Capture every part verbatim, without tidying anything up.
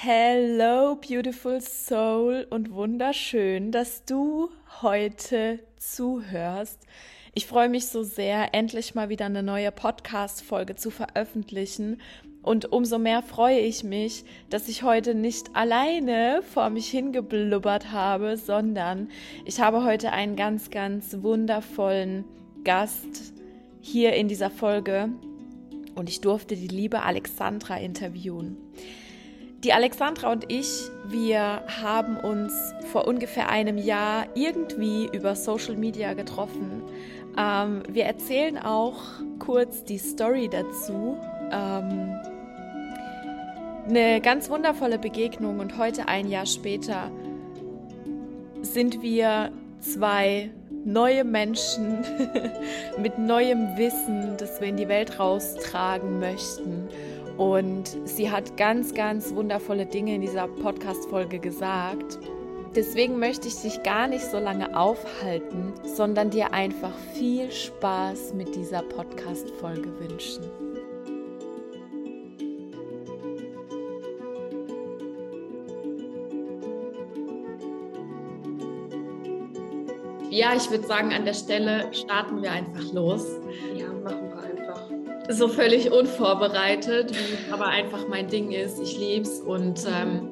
Hello, beautiful soul und wunderschön, dass du heute zuhörst. Ich freue mich so sehr, endlich mal wieder eine neue Podcast-Folge zu veröffentlichen. Und umso mehr freue ich mich, dass ich heute nicht alleine vor mich hingeblubbert habe, sondern ich habe heute einen ganz, ganz wundervollen Gast hier in dieser Folge. Und ich durfte die liebe Alexandra interviewen. Die Alexandra und ich, wir haben uns vor ungefähr einem Jahr irgendwie über Social Media getroffen. Ähm, wir erzählen auch kurz die Story dazu. Ähm, eine ganz wundervolle Begegnung und heute, ein Jahr später, sind wir zwei neue Menschen mit neuem Wissen, das wir in die Welt raustragen möchten. Und sie hat ganz, ganz wundervolle Dinge in dieser Podcast-Folge gesagt. Deswegen möchte ich dich gar nicht so lange aufhalten, sondern dir einfach viel Spaß mit dieser Podcast-Folge wünschen. Ja, ich würde sagen, an der Stelle starten wir einfach los. Ja, machen wir einfach. So völlig unvorbereitet, wie es aber einfach mein Ding ist. Ich liebe es und ähm,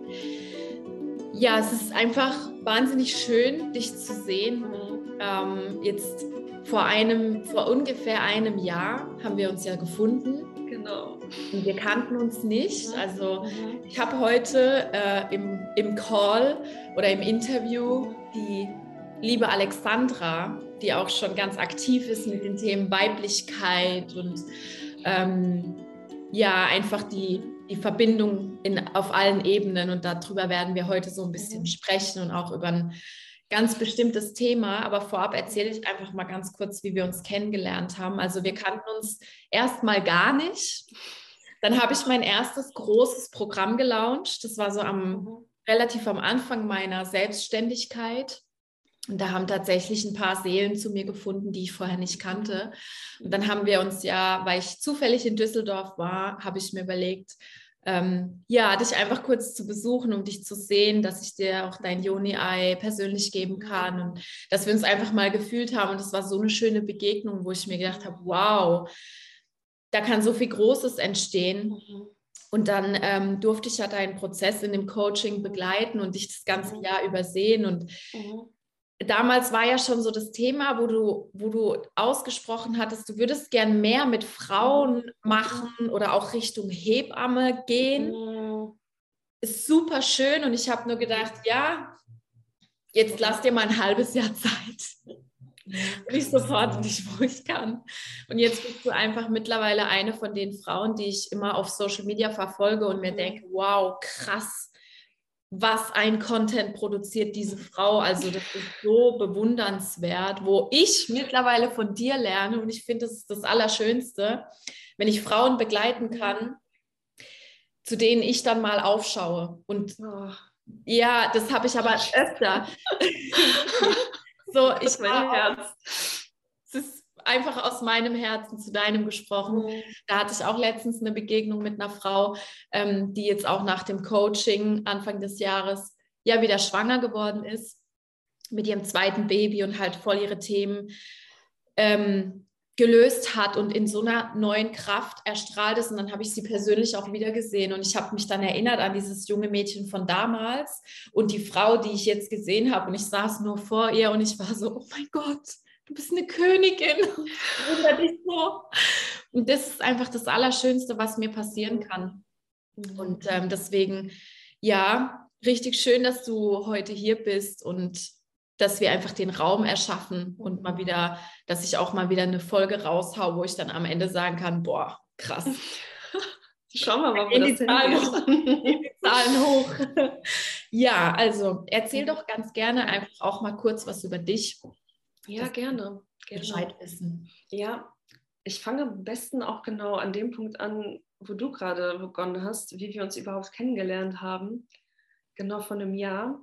ja, es ist einfach wahnsinnig schön, dich zu sehen. Ähm, jetzt vor einem, vor ungefähr einem Jahr haben wir uns ja gefunden. Genau. Und wir kannten uns nicht. Also ich habe heute äh, im, im Call oder im Interview die liebe Alexandra, die auch schon ganz aktiv ist mit den Themen Weiblichkeit und ähm, ja, einfach die, die Verbindung in, auf allen Ebenen, und darüber werden wir heute so ein bisschen sprechen und auch über ein ganz bestimmtes Thema. Aber vorab erzähle ich einfach mal ganz kurz, wie wir uns kennengelernt haben. Also wir kannten uns erstmal gar nicht. Dann habe ich mein erstes großes Programm gelauncht. Das war so am, relativ am Anfang meiner Selbstständigkeit. Und da haben tatsächlich ein paar Seelen zu mir gefunden, die ich vorher nicht kannte. Und dann haben wir uns ja, weil ich zufällig in Düsseldorf war, habe ich mir überlegt, ähm, ja, dich einfach kurz zu besuchen, um dich zu sehen, dass ich dir auch dein Yoni-Ei persönlich geben kann und dass wir uns einfach mal gefühlt haben. Und es war so eine schöne Begegnung, wo ich mir gedacht habe, wow, da kann so viel Großes entstehen. Und dann ähm, durfte ich ja deinen Prozess in dem Coaching begleiten und dich das ganze Jahr übersehen. Und damals war ja schon so das Thema, wo du, wo du ausgesprochen hattest, du würdest gern mehr mit Frauen machen oder auch Richtung Hebamme gehen. Mhm. Ist super schön, und ich habe nur gedacht, ja, jetzt lass dir mal ein halbes Jahr Zeit. Und ich sofort nicht, wo ich kann. Und jetzt bist du einfach mittlerweile eine von den Frauen, die ich immer auf Social Media verfolge und mir denke, wow, krass, was ein Content produziert diese Frau. Also das ist so bewundernswert, wo ich mittlerweile von dir lerne, und ich finde, das ist das Allerschönste, wenn ich Frauen begleiten kann, zu denen ich dann mal aufschaue. Und oh. ja, das habe ich aber öfter. So, ich mein Herz. Es ist einfach aus meinem Herzen zu deinem gesprochen. Mhm. Da hatte ich auch letztens eine Begegnung mit einer Frau, ähm, die jetzt auch nach dem Coaching Anfang des Jahres ja wieder schwanger geworden ist mit ihrem zweiten Baby und halt voll ihre Themen ähm, gelöst hat und in so einer neuen Kraft erstrahlt ist. Und dann habe ich sie persönlich auch wieder gesehen, und ich habe mich dann erinnert an dieses junge Mädchen von damals und die Frau, die ich jetzt gesehen habe, und ich saß nur vor ihr und ich war so, oh mein Gott, du bist eine Königin. Wunder dich so. Und das ist einfach das Allerschönste, was mir passieren kann. Und ähm, deswegen, ja, richtig schön, dass du heute hier bist und dass wir einfach den Raum erschaffen und mal wieder, dass ich auch mal wieder eine Folge raushau, wo ich dann am Ende sagen kann, boah, krass. Schauen wir mal, wo das hingeht. Die Zahlen hoch. Ja, also erzähl doch ganz gerne einfach auch mal kurz was über dich. Ja, gerne. gerne. Bescheid wissen. Ja, ich fange am besten auch genau an dem Punkt an, wo du gerade begonnen hast, wie wir uns überhaupt kennengelernt haben. Genau vor einem Jahr.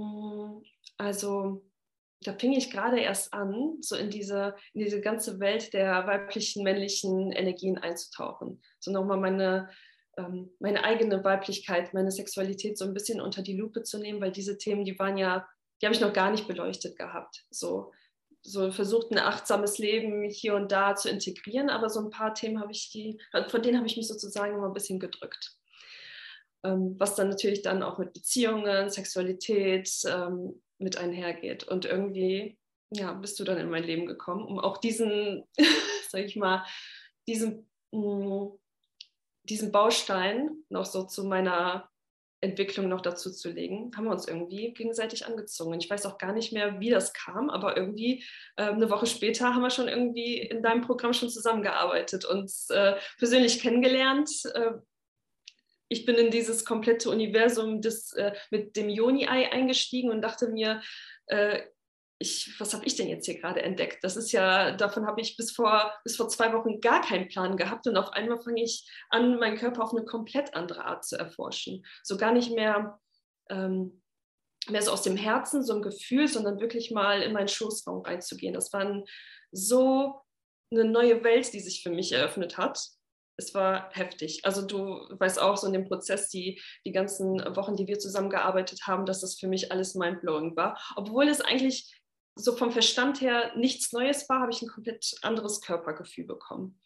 Also da fing ich gerade erst an, so in diese, in diese ganze Welt der weiblichen, männlichen Energien einzutauchen. So nochmal meine ähm, meine eigene Weiblichkeit, meine Sexualität so ein bisschen unter die Lupe zu nehmen, weil diese Themen, die waren ja, die habe ich noch gar nicht beleuchtet gehabt. So, so versucht, ein achtsames Leben hier und da zu integrieren, aber so ein paar Themen habe ich die, von denen habe ich mich sozusagen immer ein bisschen gedrückt. Ähm, was dann natürlich dann auch mit Beziehungen, Sexualität ähm, mit einhergeht. Und irgendwie, ja, bist du dann in mein Leben gekommen, um auch diesen, sag ich mal, diesen, mh, diesen Baustein noch so zu meiner Entwicklung noch dazu zu legen, haben wir uns irgendwie gegenseitig angezogen. Ich weiß auch gar nicht mehr, wie das kam, aber irgendwie äh, eine Woche später haben wir schon irgendwie in deinem Programm schon zusammengearbeitet, uns äh, persönlich kennengelernt. Äh, ich bin in dieses komplette Universum des, äh, mit dem Yoni-Ei eingestiegen und dachte mir, äh, ich, was habe ich denn jetzt hier gerade entdeckt? Das ist ja, davon habe ich bis vor, bis vor zwei Wochen gar keinen Plan gehabt und auf einmal fange ich an, meinen Körper auf eine komplett andere Art zu erforschen. So gar nicht mehr, ähm, mehr so aus dem Herzen, so ein Gefühl, sondern wirklich mal in meinen Schoßraum reinzugehen. Das war ein, so eine neue Welt, die sich für mich eröffnet hat. Es war heftig. Also du weißt auch so in dem Prozess, die, die ganzen Wochen, die wir zusammengearbeitet haben, dass das für mich alles mindblowing war. Obwohl es eigentlich so vom Verstand her nichts Neues war, habe ich ein komplett anderes Körpergefühl bekommen.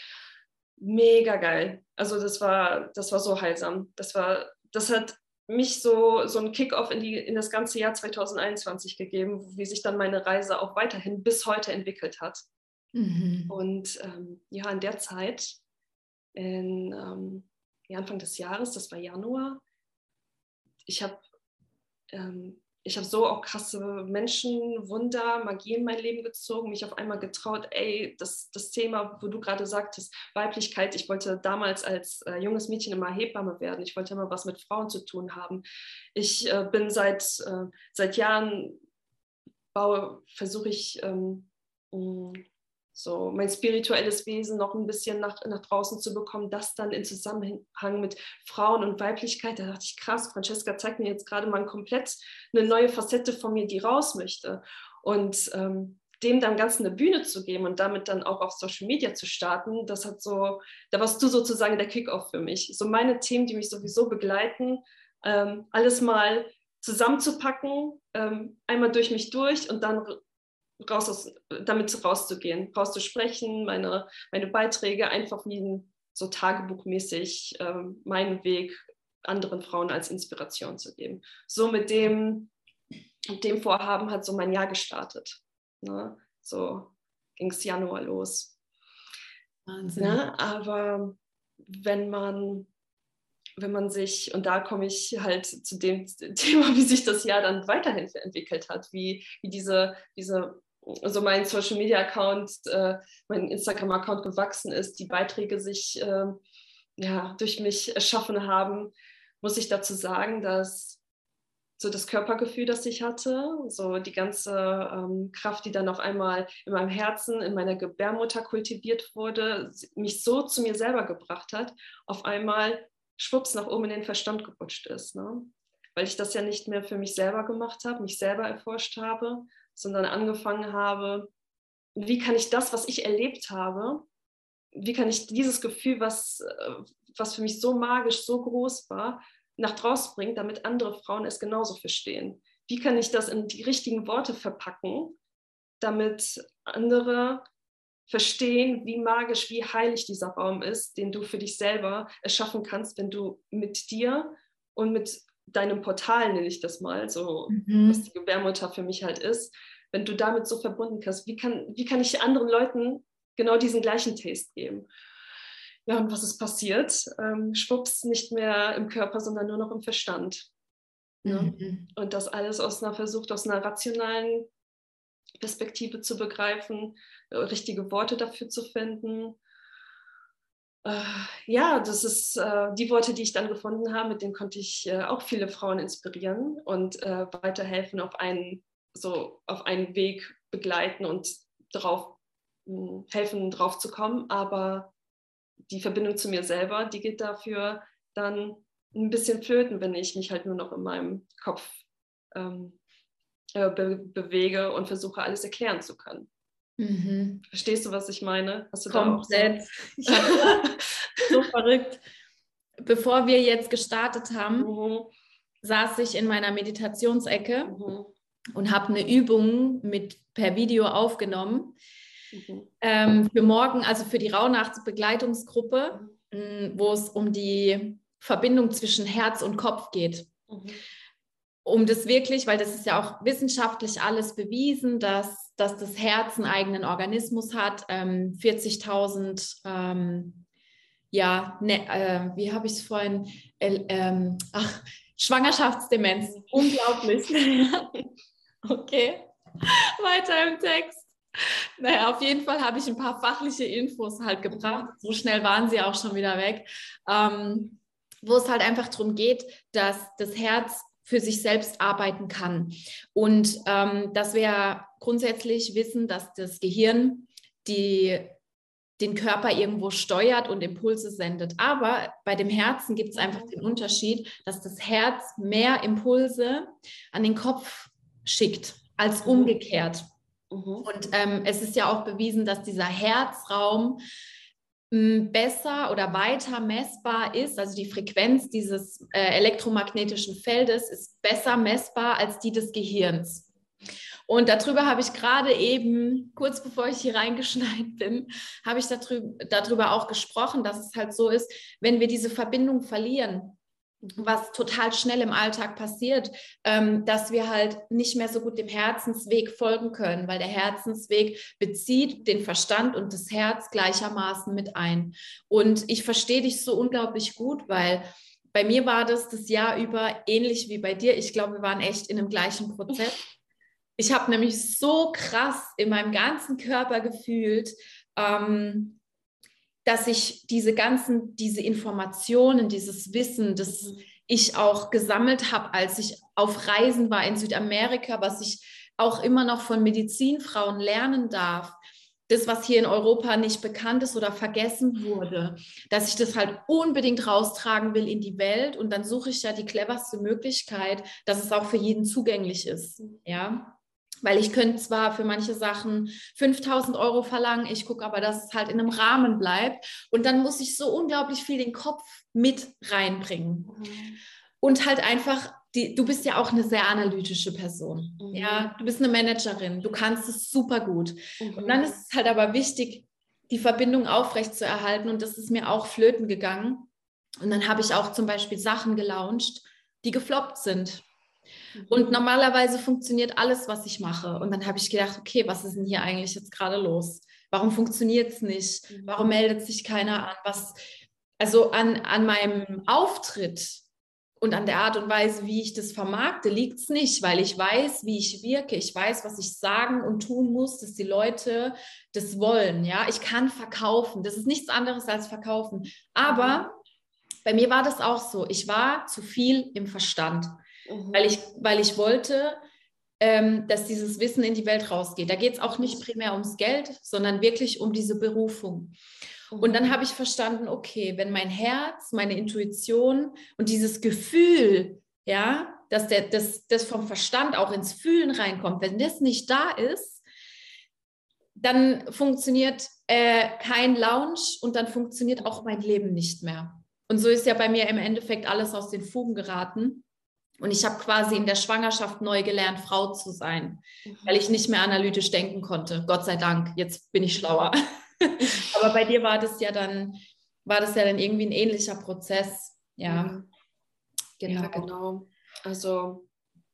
Mega geil. Also das war, das war so heilsam. Das war, das hat mich so, so einen Kick-off in, die, in das ganze Jahr zwanzig einundzwanzig gegeben, wie sich dann meine Reise auch weiterhin bis heute entwickelt hat. Mhm. Und ähm, ja, in der Zeit, in ähm, ja, Anfang des Jahres, das war Januar, ich habe ähm, ich habe so auch krasse Menschen, Wunder, Magie in mein Leben gezogen, mich auf einmal getraut, ey, das, das Thema, wo du gerade sagtest, Weiblichkeit, ich wollte damals als äh, junges Mädchen immer Hebamme werden, ich wollte immer was mit Frauen zu tun haben. Ich äh, bin seit, äh, seit Jahren, versuche ich ähm, so mein spirituelles Wesen noch ein bisschen nach, nach draußen zu bekommen, das dann in Zusammenhang mit Frauen und Weiblichkeit, da dachte ich, krass, Francesca zeigt mir jetzt gerade mal komplett eine neue Facette von mir, die raus möchte. Und ähm, dem dann ganz eine Bühne zu geben und damit dann auch auf Social Media zu starten, das hat so, da warst du sozusagen der Kick-off für mich. So meine Themen, die mich sowieso begleiten, ähm, alles mal zusammenzupacken, ähm, einmal durch mich durch und dann raus aus, damit rauszugehen, rauszusprechen, meine, meine Beiträge einfach wie ein, so tagebuchmäßig ähm, meinen Weg anderen Frauen als Inspiration zu geben. So mit dem, dem Vorhaben hat so mein Jahr gestartet. Ne? So ging es Januar los. Wahnsinn. Ne? Aber wenn man wenn man sich, und da komme ich halt zu dem Thema, wie sich das Jahr dann weiterhin entwickelt hat, wie, wie diese, diese, also mein Social Media Account, äh, mein Instagram Account gewachsen ist, die Beiträge sich äh, ja, durch mich erschaffen haben, muss ich dazu sagen, dass so das Körpergefühl, das ich hatte, so die ganze ähm, Kraft, die dann auf einmal in meinem Herzen, in meiner Gebärmutter kultiviert wurde, mich so zu mir selber gebracht hat, auf einmal schwupps nach oben in den Verstand gerutscht ist. Ne? Weil ich das ja nicht mehr für mich selber gemacht habe, mich selber erforscht habe, sondern angefangen habe, wie kann ich das, was ich erlebt habe, wie kann ich dieses Gefühl, was, was für mich so magisch, so groß war, nach draußen bringen, damit andere Frauen es genauso verstehen. Wie kann ich das in die richtigen Worte verpacken, damit andere verstehen, wie magisch, wie heilig dieser Raum ist, den du für dich selber erschaffen kannst, wenn du mit dir und mit deinem Portal, nenne ich das mal, so mhm. was die Gebärmutter für mich halt ist, wenn du damit so verbunden kannst, wie kann, wie kann ich anderen Leuten genau diesen gleichen Taste geben? Ja, und was ist passiert? Ähm, schwupps, nicht mehr im Körper, sondern nur noch im Verstand. Ne? Mhm. Und das alles aus einer versucht, aus einer rationalen Perspektive zu begreifen, richtige Worte dafür zu finden. Äh, ja, das ist äh, die Worte, die ich dann gefunden habe, mit denen konnte ich äh, auch viele Frauen inspirieren und äh, weiterhelfen, auf einen, so auf einen Weg begleiten und drauf mh, helfen, drauf zu kommen. Aber die Verbindung zu mir selber, die geht dafür dann ein bisschen flöten, wenn ich mich halt nur noch in meinem Kopf ähm, Be- bewege und versuche, alles erklären zu können. Mhm. Verstehst du, was ich meine? Hast du Komplett. Da auch so? Ich habe so verrückt. bevor wir jetzt gestartet haben, Mhm. saß ich in meiner Meditationsecke Mhm. und habe eine Übung mit per Video aufgenommen. Mhm. Ähm, für morgen, also für die Rauhnachtsbegleitungsgruppe, Mhm. mh, wo es um die Verbindung zwischen Herz und Kopf geht. Mhm. Um das wirklich, weil das ist ja auch wissenschaftlich alles bewiesen, dass, dass das Herz einen eigenen Organismus hat, ähm, vierzigtausend, ähm, ja, ne, äh, wie habe ich es vorhin, äh, ähm, ach, Schwangerschaftsdemenz, unglaublich. Okay, weiter im Text. Naja, auf jeden Fall habe ich ein paar fachliche Infos halt gebracht. So schnell waren sie auch schon wieder weg. Ähm, wo es halt einfach darum geht, dass das Herz für sich selbst arbeiten kann. Und ähm, dass wir grundsätzlich wissen, dass das Gehirn die, den Körper irgendwo steuert und Impulse sendet. Aber bei dem Herzen gibt es einfach den Unterschied, dass das Herz mehr Impulse an den Kopf schickt als umgekehrt. Mhm. Und ähm, es ist ja auch bewiesen, dass dieser Herzraum mh, besser oder weiter messbar ist. Also die Frequenz dieses äh, elektromagnetischen Feldes ist besser messbar als die des Gehirns. Und darüber habe ich gerade eben, kurz bevor ich hier reingeschneit bin, habe ich darüber, darüber auch gesprochen, dass es halt so ist, wenn wir diese Verbindung verlieren, was total schnell im Alltag passiert, ähm, dass wir halt nicht mehr so gut dem Herzensweg folgen können, weil der Herzensweg bezieht den Verstand und das Herz gleichermaßen mit ein. Und ich verstehe dich so unglaublich gut, weil bei mir war das das Jahr über ähnlich wie bei dir. Ich glaube, wir waren echt in dem gleichen Prozess. Ich habe nämlich so krass in meinem ganzen Körper gefühlt, ähm, dass ich diese ganzen, diese Informationen, dieses Wissen, das mhm. ich auch gesammelt habe, als ich auf Reisen war in Südamerika, was ich auch immer noch von Medizinfrauen lernen darf, das, was hier in Europa nicht bekannt ist oder vergessen wurde, dass ich das halt unbedingt raustragen will in die Welt und dann suche ich ja die cleverste Möglichkeit, dass es auch für jeden zugänglich ist, ja. Weil ich könnte zwar für manche Sachen fünftausend Euro verlangen, ich gucke aber, dass es halt in einem Rahmen bleibt. Und dann muss ich so unglaublich viel den Kopf mit reinbringen. Mhm. Und halt einfach, die, du bist ja auch eine sehr analytische Person. Mhm. Ja, du bist eine Managerin, du kannst es super gut. Mhm. Und dann ist es halt aber wichtig, die Verbindung aufrechtzuerhalten. Und das ist mir auch flöten gegangen. Und dann habe ich auch zum Beispiel Sachen gelauncht, die gefloppt sind. Und normalerweise funktioniert alles, was ich mache. Und dann habe ich gedacht, okay, was ist denn hier eigentlich jetzt gerade los? Warum funktioniert es nicht? Warum meldet sich keiner an? Was, also an, an meinem Auftritt und an der Art und Weise, wie ich das vermarkte, liegt es nicht, weil ich weiß, wie ich wirke. Ich weiß, was ich sagen und tun muss, dass die Leute das wollen. Ja, ich kann verkaufen. Das ist nichts anderes als verkaufen. Aber bei mir war das auch so. Ich war zu viel im Verstand. Mhm. Weil ich, weil ich wollte, ähm, dass dieses Wissen in die Welt rausgeht. Da geht es auch nicht primär ums Geld, sondern wirklich um diese Berufung. Mhm. Und dann habe ich verstanden, okay, wenn mein Herz, meine Intuition und dieses Gefühl, ja, dass der, das, das vom Verstand auch ins Fühlen reinkommt, wenn das nicht da ist, dann funktioniert äh, kein Lounge und dann funktioniert auch mein Leben nicht mehr. Und so ist ja bei mir im Endeffekt alles aus den Fugen geraten. Und ich habe quasi in der Schwangerschaft neu gelernt, Frau zu sein, mhm. weil ich nicht mehr analytisch denken konnte. Gott sei Dank, jetzt bin ich schlauer. Aber bei dir war das ja dann, war das ja dann irgendwie ein ähnlicher Prozess. Ja, mhm. genau. Ja, genau. Also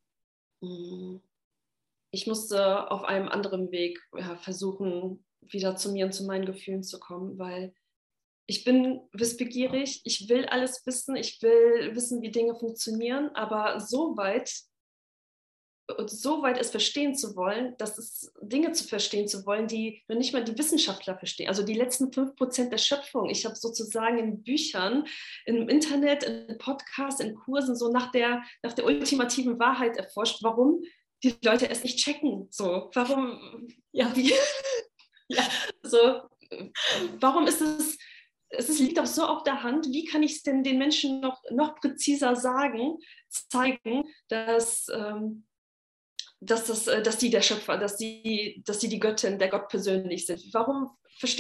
ich musste auf einem anderen Weg ja, versuchen, wieder zu mir und zu meinen Gefühlen zu kommen, weil ich bin wissbegierig, ich will alles wissen, ich will wissen, wie Dinge funktionieren, aber so weit, so weit es verstehen zu wollen, dass es Dinge zu verstehen zu wollen, die noch nicht mal die Wissenschaftler verstehen. Also die letzten fünf Prozent der Schöpfung. Ich habe sozusagen in Büchern, im Internet, in Podcasts, in Kursen so nach der, nach der ultimativen Wahrheit erforscht, warum die Leute es nicht checken. So, warum, ja, wie, ja, so, warum ist es, es liegt doch so auf der Hand, wie kann ich es denn den Menschen noch, noch präziser sagen, zeigen, dass, ähm, dass, das, dass die der Schöpfer, dass die, dass die die Göttin, der Gott persönlich sind. Warum versteht es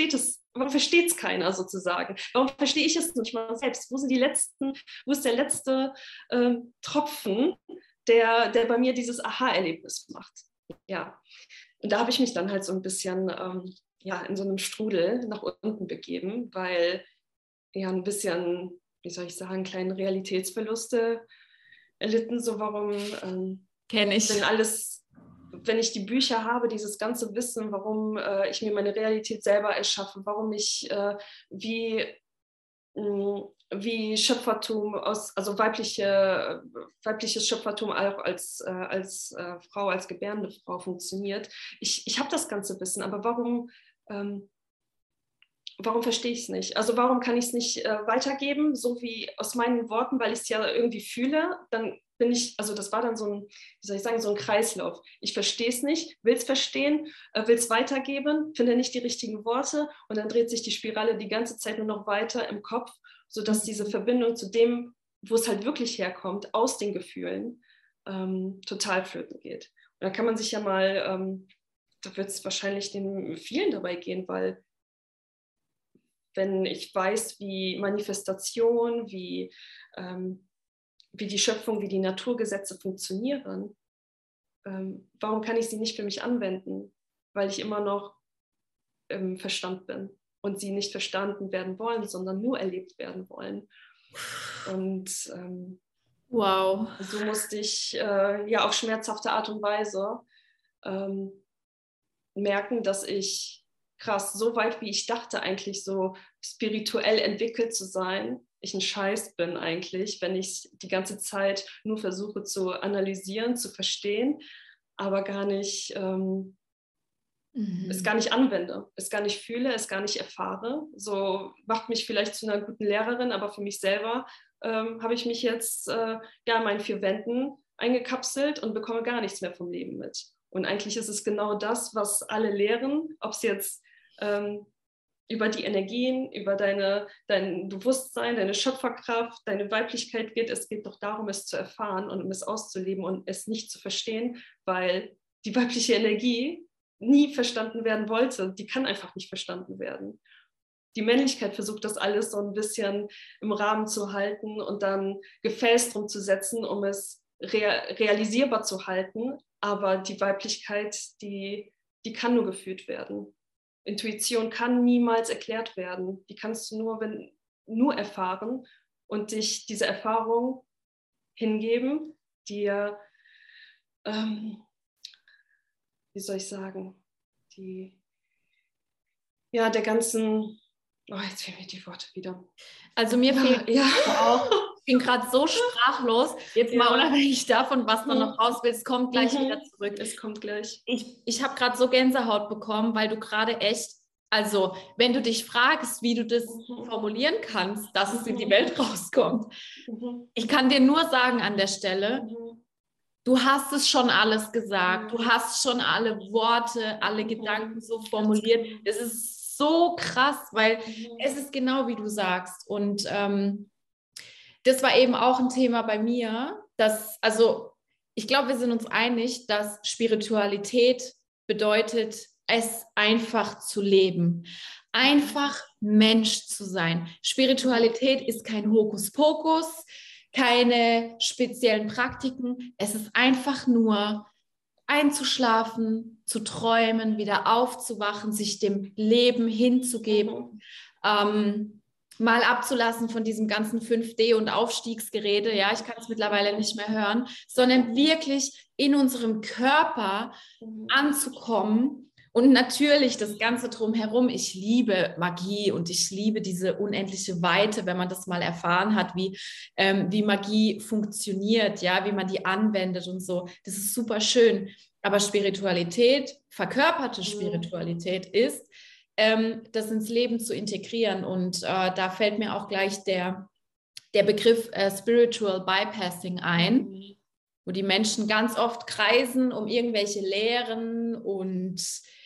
warum versteht es keiner sozusagen? Warum verstehe ich es nicht mal selbst? Wo sind die letzten, wo ist der letzte äh, Tropfen, der, der bei mir dieses Aha-Erlebnis macht? Ja, und da habe ich mich dann halt so ein bisschen ähm, ja, in so einem Strudel nach unten begeben, weil ja ein bisschen, wie soll ich sagen, kleine Realitätsverluste erlitten, so warum ähm, kenne ich. Wenn alles wenn ich die Bücher habe, dieses ganze Wissen, warum äh, ich mir meine Realität selber erschaffe, warum ich äh, wie, mh, wie Schöpfertum aus, also weibliche, weibliches Schöpfertum auch als, äh, als äh, Frau, als gebärende Frau funktioniert. Ich, ich habe das ganze Wissen, aber warum, ähm, warum verstehe ich es nicht? Also warum kann ich es nicht äh, weitergeben, so wie aus meinen Worten, weil ich es ja irgendwie fühle, dann bin ich, also das war dann so ein, wie soll ich sagen, so ein Kreislauf. Ich verstehe es nicht, will es verstehen, äh, will es weitergeben, finde nicht die richtigen Worte und dann dreht sich die Spirale die ganze Zeit nur noch weiter im Kopf, sodass diese Verbindung zu dem, wo es halt wirklich herkommt, aus den Gefühlen, ähm, total flöten geht. Und da kann man sich ja mal, ähm, da wird es wahrscheinlich den vielen dabei gehen, weil wenn ich weiß, wie Manifestation, wie, ähm, wie die Schöpfung, wie die Naturgesetze funktionieren, ähm, warum kann ich sie nicht für mich anwenden? Weil ich immer noch im Verstand bin und sie nicht verstanden werden wollen, sondern nur erlebt werden wollen. Und ähm, wow. so musste ich äh, ja auf schmerzhafte Art und Weise ähm, merken, dass ich krass, so weit wie ich dachte, eigentlich so spirituell entwickelt zu sein, ich ein Scheiß bin eigentlich, wenn ich die ganze Zeit nur versuche zu analysieren, zu verstehen, aber gar nicht, ähm, mhm. es gar nicht anwende, es gar nicht fühle, es gar nicht erfahre. So macht mich vielleicht zu einer guten Lehrerin, aber für mich selber ähm, habe ich mich jetzt äh, ja in meinen vier Wänden eingekapselt und bekomme gar nichts mehr vom Leben mit. Und eigentlich ist es genau das, was alle lehren, ob es jetzt ähm, über die Energien, über deine, dein Bewusstsein, deine Schöpferkraft, deine Weiblichkeit geht. Es geht doch darum, es zu erfahren und um es auszuleben und es nicht zu verstehen, weil die weibliche Energie nie verstanden werden wollte. Die kann einfach nicht verstanden werden. Die Männlichkeit versucht das alles so ein bisschen im Rahmen zu halten und dann Gefäß drum zu setzen, um es rea- realisierbar zu halten. Aber die Weiblichkeit, die, die kann nur gefühlt werden. Intuition kann niemals erklärt werden. Die kannst du nur, wenn, nur erfahren und dich diese Erfahrung hingeben, dir, ähm, wie soll ich sagen, die, ja, der ganzen, oh, jetzt fehlen mir die Worte wieder. Also mir fehlt ja auch, ich bin gerade so sprachlos, jetzt mal ja. unabhängig davon, was da noch raus will, es kommt gleich mhm. wieder zurück. Es kommt gleich. Ich, ich habe gerade so Gänsehaut bekommen, weil du gerade echt, also wenn du dich fragst, wie du das mhm. formulieren kannst, dass es in die Welt rauskommt. Mhm. Ich kann dir nur sagen an der Stelle, mhm. du hast es schon alles gesagt, mhm. du hast schon alle Worte, alle mhm. Gedanken so formuliert. Es ist so krass, weil mhm. es ist genau wie du sagst. Und ähm, das war eben auch ein Thema bei mir, dass, also ich glaube, wir sind uns einig, dass Spiritualität bedeutet, es einfach zu leben. Einfach Mensch zu sein. Spiritualität ist kein Hokuspokus, keine speziellen Praktiken. Es ist einfach nur einzuschlafen, zu träumen, wieder aufzuwachen, sich dem Leben hinzugeben, ähm, mal abzulassen von diesem ganzen fünf D und Aufstiegsgerede, ja, ich kann es mittlerweile nicht mehr hören, sondern wirklich in unserem Körper anzukommen. Und natürlich das Ganze drumherum. Ich liebe Magie und ich liebe diese unendliche Weite, wenn man das mal erfahren hat, wie, ähm, wie Magie funktioniert, ja, wie man die anwendet und so. Das ist super schön. Aber Spiritualität, verkörperte Spiritualität ist, ähm, das ins Leben zu integrieren. Und äh, da fällt mir auch gleich der, der Begriff äh, Spiritual Bypassing ein, wo die Menschen ganz oft kreisen um irgendwelche Lehren und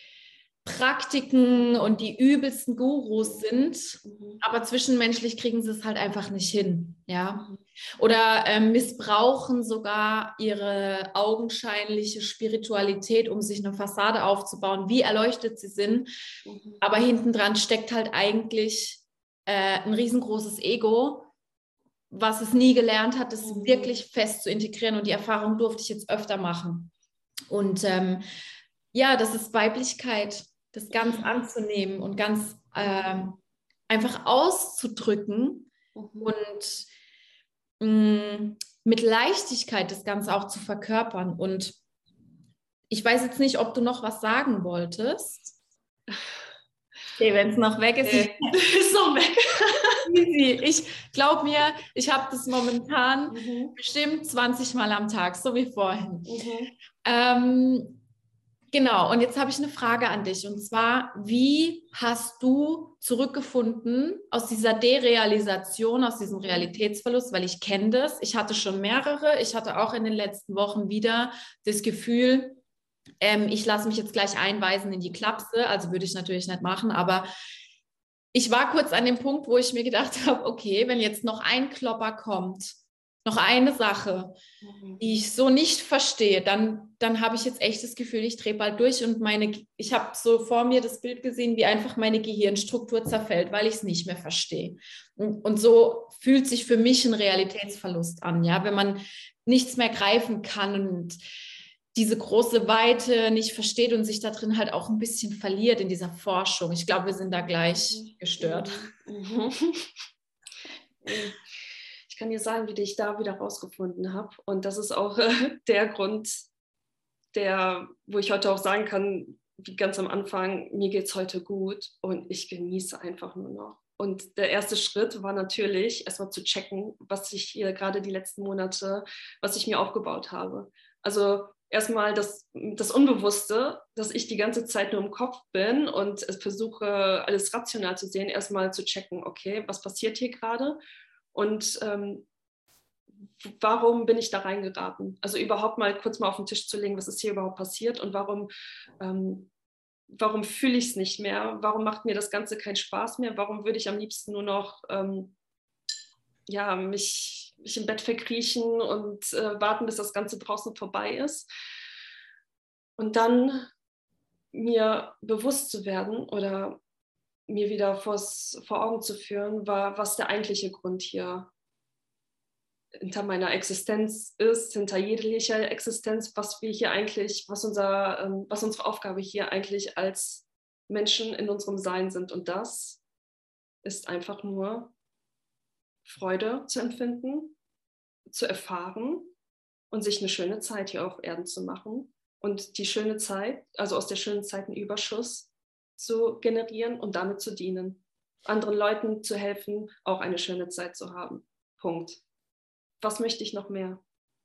Praktiken und die übelsten Gurus sind, aber zwischenmenschlich kriegen sie es halt einfach nicht hin, ja. Oder ähm, missbrauchen sogar ihre augenscheinliche Spiritualität, um sich eine Fassade aufzubauen, wie erleuchtet sie sind. Mhm. Aber hinten dran steckt halt eigentlich äh, ein riesengroßes Ego, was es nie gelernt hat, das mhm. wirklich fest zu integrieren. Und die Erfahrung durfte ich jetzt öfter machen. Und ähm, ja, das ist Weiblichkeit, das ganz anzunehmen und ganz ähm, einfach auszudrücken mhm. und mh, mit Leichtigkeit das Ganze auch zu verkörpern. Und ich weiß jetzt nicht, ob du noch was sagen wolltest. Okay, wenn es noch weg ist. Nee. Ist noch weg. Easy. Ich glaube mir, ich habe das momentan mhm. bestimmt zwanzig Mal am Tag, so wie vorhin. Mhm. Ähm, genau, und jetzt habe ich eine Frage an dich. Und zwar, wie hast du zurückgefunden aus dieser Derealisation, aus diesem Realitätsverlust? Weil ich kenne das. Ich hatte schon mehrere. Ich hatte auch in den letzten Wochen wieder das Gefühl, ähm, ich lasse mich jetzt gleich einweisen in die Klapse. Also würde ich natürlich nicht machen, aber ich war kurz an dem Punkt, wo ich mir gedacht habe, okay, wenn jetzt noch ein Klopper kommt, noch eine Sache, die ich so nicht verstehe, dann, dann habe ich jetzt echt das Gefühl, ich drehe bald durch und meine, ich habe so vor mir das Bild gesehen, wie einfach meine Gehirnstruktur zerfällt, weil ich es nicht mehr verstehe. Und, und so fühlt sich für mich ein Realitätsverlust an, ja, wenn man nichts mehr greifen kann und diese große Weite nicht versteht und sich da drin halt auch ein bisschen verliert in dieser Forschung. Ich glaube, wir sind da gleich gestört. Mhm. Ich kann dir sagen, wie ich da wieder rausgefunden habe. Und das ist auch äh, der Grund, der, wo ich heute auch sagen kann, wie ganz am Anfang, mir geht es heute gut und ich genieße einfach nur noch. Und der erste Schritt war natürlich, erstmal zu checken, was ich hier gerade die letzten Monate, was ich mir aufgebaut habe. Also erstmal das, das Unbewusste, dass ich die ganze Zeit nur im Kopf bin und versuche, alles rational zu sehen, erstmal zu checken, okay, was passiert hier gerade und ähm, warum bin ich da reingeraten? Also überhaupt mal kurz mal auf den Tisch zu legen, was ist hier überhaupt passiert und warum, ähm, warum fühle ich es nicht mehr? Warum macht mir das Ganze keinen Spaß mehr? Warum würde ich am liebsten nur noch ähm, ja, mich, mich im Bett verkriechen und äh, warten, bis das Ganze draußen vorbei ist? Und dann mir bewusst zu werden oder mir wieder vors, vor Augen zu führen, war, was der eigentliche Grund hier hinter meiner Existenz ist, hinter jeglicher Existenz, was wir hier eigentlich, was, unser, ähm, was unsere Aufgabe hier eigentlich als Menschen in unserem Sein sind. Und das ist einfach nur Freude zu empfinden, zu erfahren und sich eine schöne Zeit hier auf Erden zu machen und die schöne Zeit, also aus der schönen Zeit einen Überschuss zu generieren und damit zu dienen, anderen Leuten zu helfen, auch eine schöne Zeit zu haben. Punkt. Was möchte ich noch mehr?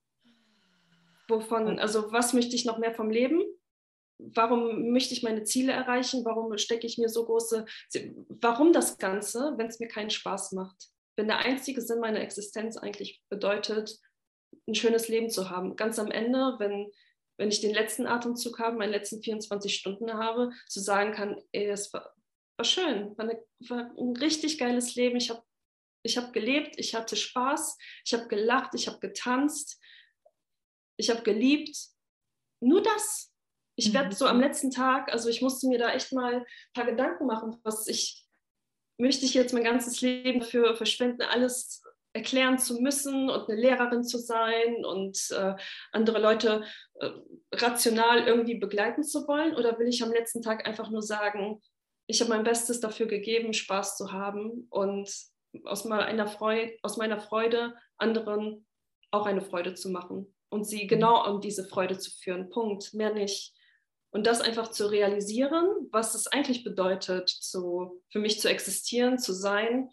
Wovon, also was möchte ich noch mehr vom Leben? Warum möchte ich meine Ziele erreichen? Warum stecke ich mir so große, warum das Ganze, wenn es mir keinen Spaß macht? Wenn der einzige Sinn meiner Existenz eigentlich bedeutet, ein schönes Leben zu haben. Ganz am Ende, wenn, wenn ich den letzten Atemzug habe, meine letzten vierundzwanzig Stunden habe, zu sagen kann, ey, es war, war schön, war, eine, war ein richtig geiles Leben. Ich habe ich hab gelebt, ich hatte Spaß, ich habe gelacht, ich habe getanzt, ich habe geliebt. Nur das. Ich werde so am letzten Tag, also ich musste mir da echt mal ein paar Gedanken machen, was ich, möchte ich jetzt mein ganzes Leben dafür verschwenden, alles erklären zu müssen und eine Lehrerin zu sein und äh, andere Leute äh, rational irgendwie begleiten zu wollen? Oder will ich am letzten Tag einfach nur sagen, ich habe mein Bestes dafür gegeben, Spaß zu haben und aus meiner Freude, aus meiner Freude anderen auch eine Freude zu machen und sie genau um diese Freude zu führen. Punkt, mehr nicht. Und das einfach zu realisieren, was es eigentlich bedeutet, zu, für mich zu existieren, zu sein,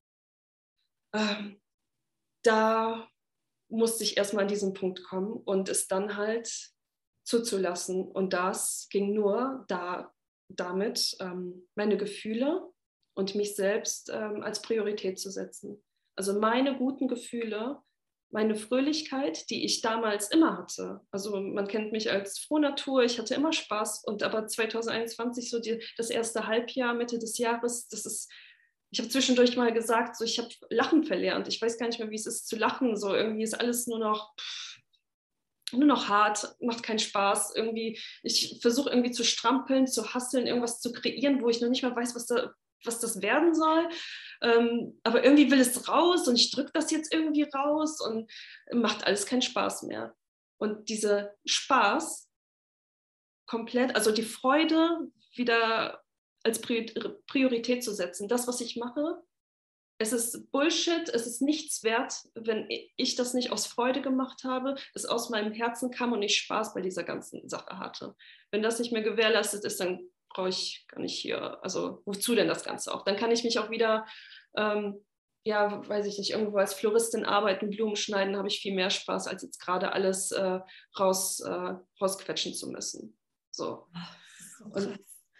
ähm, da musste ich erstmal an diesen Punkt kommen und es dann halt zuzulassen. Und das ging nur da, damit, ähm, meine Gefühle und mich selbst ähm, als Priorität zu setzen. Also meine guten Gefühle, meine Fröhlichkeit, die ich damals immer hatte. Also man kennt mich als Frohnatur, ich hatte immer Spaß. Und aber zwanzig einundzwanzig, so die, das erste Halbjahr, Mitte des Jahres, das ist ich habe zwischendurch mal gesagt, so, ich habe Lachen verlernt. Ich weiß gar nicht mehr, wie es ist zu lachen. So, irgendwie ist alles nur noch, nur noch hart, macht keinen Spaß. Irgendwie, ich versuche irgendwie zu strampeln, zu hasseln, irgendwas zu kreieren, wo ich noch nicht mal weiß, was, da, was das werden soll. Ähm, aber irgendwie will es raus und ich drücke das jetzt irgendwie raus und macht alles keinen Spaß mehr. Und dieser Spaß komplett, also die Freude wieder als Priorität zu setzen. Das, was ich mache, es ist Bullshit, es ist nichts wert, wenn ich das nicht aus Freude gemacht habe, es aus meinem Herzen kam und ich Spaß bei dieser ganzen Sache hatte. Wenn das nicht mehr gewährleistet ist, dann brauche ich gar nicht hier, also wozu denn das Ganze auch? Dann kann ich mich auch wieder, ähm, ja, weiß ich nicht, irgendwo als Floristin arbeiten, Blumen schneiden, habe ich viel mehr Spaß, als jetzt gerade alles äh, raus, äh, rausquetschen zu müssen. So. Oh, so und,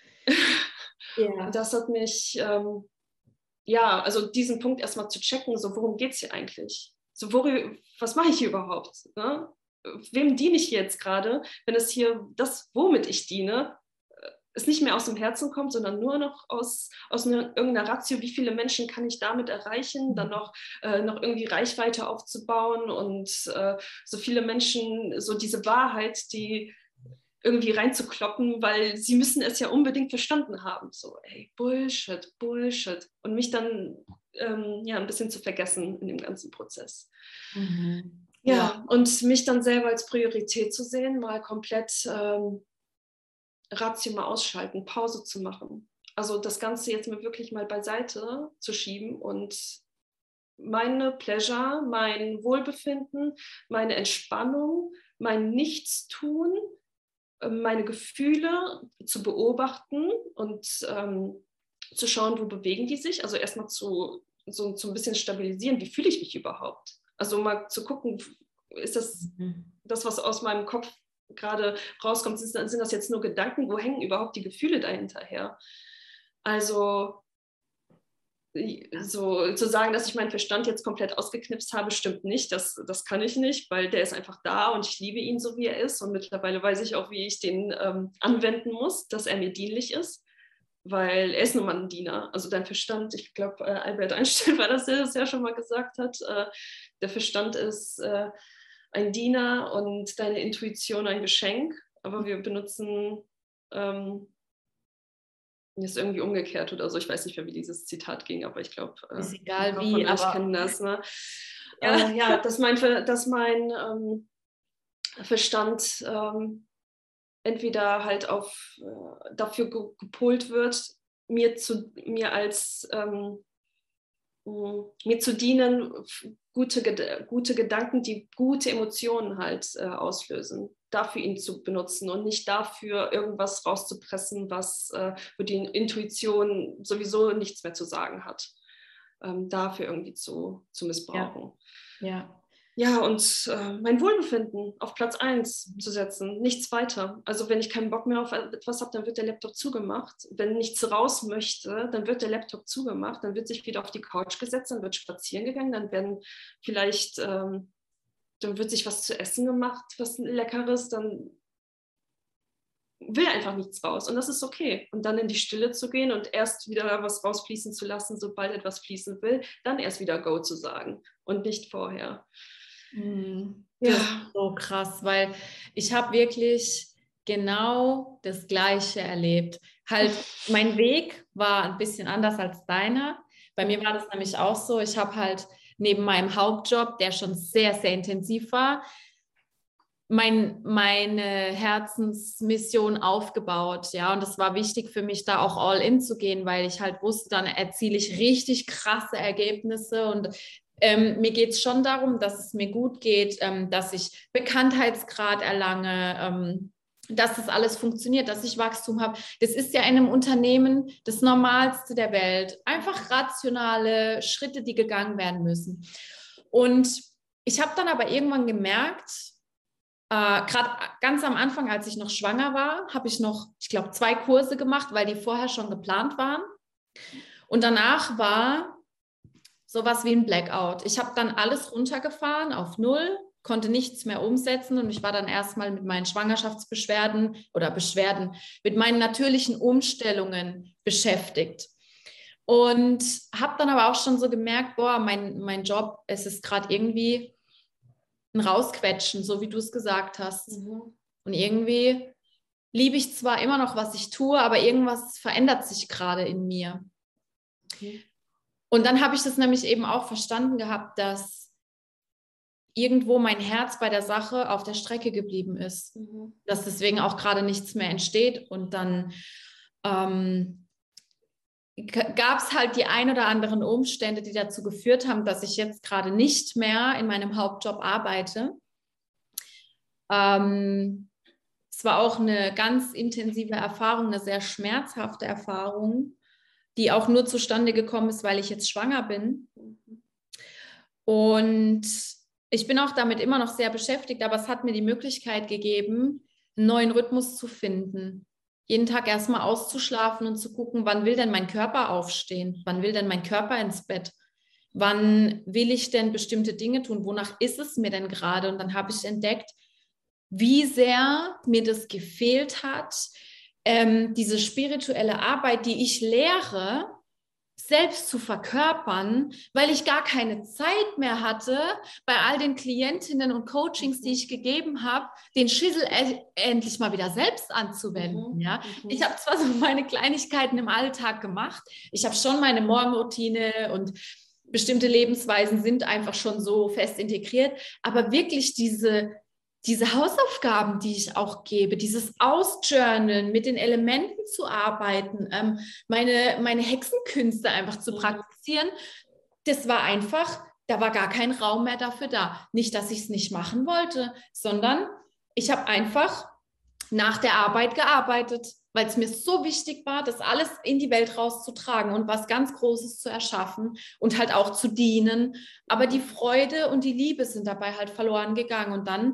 ja. Und das hat mich, ähm, ja, also diesen Punkt erstmal zu checken, so worum geht es hier eigentlich? So, worüber, was mache ich hier überhaupt? Ne? Wem diene ich jetzt gerade, wenn es hier das, womit ich diene, es nicht mehr aus dem Herzen kommt, sondern nur noch aus, aus einer, irgendeiner Ratio, wie viele Menschen kann ich damit erreichen, dann noch, äh, noch irgendwie Reichweite aufzubauen und äh, so viele Menschen, so diese Wahrheit, die irgendwie reinzukloppen, weil sie müssen es ja unbedingt verstanden haben. So, ey, Bullshit, Bullshit. Und mich dann ähm, ja, ein bisschen zu vergessen in dem ganzen Prozess. Mhm. Ja, Ja, und mich dann selber als Priorität zu sehen, mal komplett ähm, Ratio mal ausschalten, Pause zu machen. Also das Ganze jetzt mal wirklich mal beiseite zu schieben und meine Pleasure, mein Wohlbefinden, meine Entspannung, mein Nichtstun, meine Gefühle zu beobachten und ähm, zu schauen, wo bewegen die sich. Also erstmal zu so, so ein bisschen stabilisieren, wie fühle ich mich überhaupt? Also mal zu gucken, ist das mhm. das, was aus meinem Kopf gerade rauskommt, sind, sind das jetzt nur Gedanken, wo hängen überhaupt die Gefühle dahinter her? Also so zu sagen, dass ich meinen Verstand jetzt komplett ausgeknipst habe, stimmt nicht. Das, das kann ich nicht, weil der ist einfach da und ich liebe ihn so, wie er ist. Und mittlerweile weiß ich auch, wie ich den ähm, anwenden muss, dass er mir dienlich ist, weil er ist nun mal ein Diener. Also dein Verstand, ich glaube, äh, Albert Einstein war das, der das ja schon mal gesagt hat, äh, der Verstand ist äh, ein Diener und deine Intuition ein Geschenk. Aber wir benutzen... Ähm, ist irgendwie umgekehrt oder so. Ich weiß nicht mehr, wie dieses Zitat ging, aber ich glaube, ist egal ein wie, von euch aber kennen das. Ne? ja, äh, ja, dass mein, dass mein ähm, Verstand ähm, entweder halt auf äh, dafür ge gepolt wird, mir zu mir als ähm, mir zu dienen, gute, gute Gedanken, die gute Emotionen halt äh, auslösen, dafür ihn zu benutzen und nicht dafür irgendwas rauszupressen, was äh, für die Intuition sowieso nichts mehr zu sagen hat, ähm, dafür irgendwie zu, zu missbrauchen. Ja, ja. Ja, und äh, mein Wohlbefinden auf Platz eins zu setzen, nichts weiter. Also wenn ich keinen Bock mehr auf etwas habe, dann wird der Laptop zugemacht. Wenn nichts raus möchte, dann wird der Laptop zugemacht, dann wird sich wieder auf die Couch gesetzt, dann wird spazieren gegangen, dann werden vielleicht, ähm, dann wird sich was zu essen gemacht, was Leckeres, dann will einfach nichts raus und das ist okay. Und dann in die Stille zu gehen und erst wieder was rausfließen zu lassen, sobald etwas fließen will, dann erst wieder Go zu sagen und nicht vorher. Mhm. Das Ja. ist so krass, weil ich habe wirklich genau das Gleiche erlebt. Halt, mein Weg war ein bisschen anders als deiner. Bei mir war das nämlich auch so, ich habe halt neben meinem Hauptjob, der schon sehr, sehr intensiv war, mein, meine Herzensmission aufgebaut, ja, und es war wichtig für mich, da auch all in zu gehen, weil ich halt wusste, dann erziele ich richtig krasse Ergebnisse und ähm, mir geht es schon darum, dass es mir gut geht, ähm, dass ich Bekanntheitsgrad erlange, ähm, dass das alles funktioniert, dass ich Wachstum habe. Das ist ja in einem Unternehmen das Normalste der Welt. Einfach rationale Schritte, die gegangen werden müssen. Und ich habe dann aber irgendwann gemerkt, Äh, gerade ganz am Anfang, als ich noch schwanger war, habe ich noch, ich glaube, zwei Kurse gemacht, weil die vorher schon geplant waren. Und danach war sowas wie ein Blackout. Ich habe dann alles runtergefahren auf null, konnte nichts mehr umsetzen und ich war dann erstmal mit meinen Schwangerschaftsbeschwerden oder Beschwerden, mit meinen natürlichen Umstellungen beschäftigt. Und habe dann aber auch schon so gemerkt, boah, mein, mein Job, es ist gerade irgendwie ein Rausquetschen, so wie du es gesagt hast. Mhm. Und irgendwie liebe ich zwar immer noch, was ich tue, aber irgendwas verändert sich gerade in mir. Okay. Und dann habe ich das nämlich eben auch verstanden gehabt, dass irgendwo mein Herz bei der Sache auf der Strecke geblieben ist. Mhm. Dass deswegen auch gerade nichts mehr entsteht. Und dann ähm, gab es halt die ein oder anderen Umstände, die dazu geführt haben, dass ich jetzt gerade nicht mehr in meinem Hauptjob arbeite. Ähm, es war auch eine ganz intensive Erfahrung, eine sehr schmerzhafte Erfahrung, die auch nur zustande gekommen ist, weil ich jetzt schwanger bin. Und ich bin auch damit immer noch sehr beschäftigt, aber es hat mir die Möglichkeit gegeben, einen neuen Rhythmus zu finden. Jeden Tag erstmal auszuschlafen und zu gucken, wann will denn mein Körper aufstehen? Wann will denn mein Körper ins Bett? Wann will ich denn bestimmte Dinge tun? Wonach ist es mir denn gerade? Und dann habe ich entdeckt, wie sehr mir das gefehlt hat, ähm, diese spirituelle Arbeit, die ich lehre, selbst zu verkörpern, weil ich gar keine Zeit mehr hatte, bei all den Klientinnen und Coachings, die ich gegeben habe, den Schissel e- endlich mal wieder selbst anzuwenden. Mhm. Ja? Mhm. Ich habe zwar so meine Kleinigkeiten im Alltag gemacht, ich habe schon meine Morgenroutine und bestimmte Lebensweisen sind einfach schon so fest integriert, aber wirklich diese Diese Hausaufgaben, die ich auch gebe, dieses Ausjournalen, mit den Elementen zu arbeiten, ähm, meine, meine Hexenkünste einfach zu praktizieren, das war einfach, da war gar kein Raum mehr dafür da. Nicht, dass ich es nicht machen wollte, sondern ich habe einfach nach der Arbeit gearbeitet, weil es mir so wichtig war, das alles in die Welt rauszutragen und was ganz Großes zu erschaffen und halt auch zu dienen. Aber die Freude und die Liebe sind dabei halt verloren gegangen. Und dann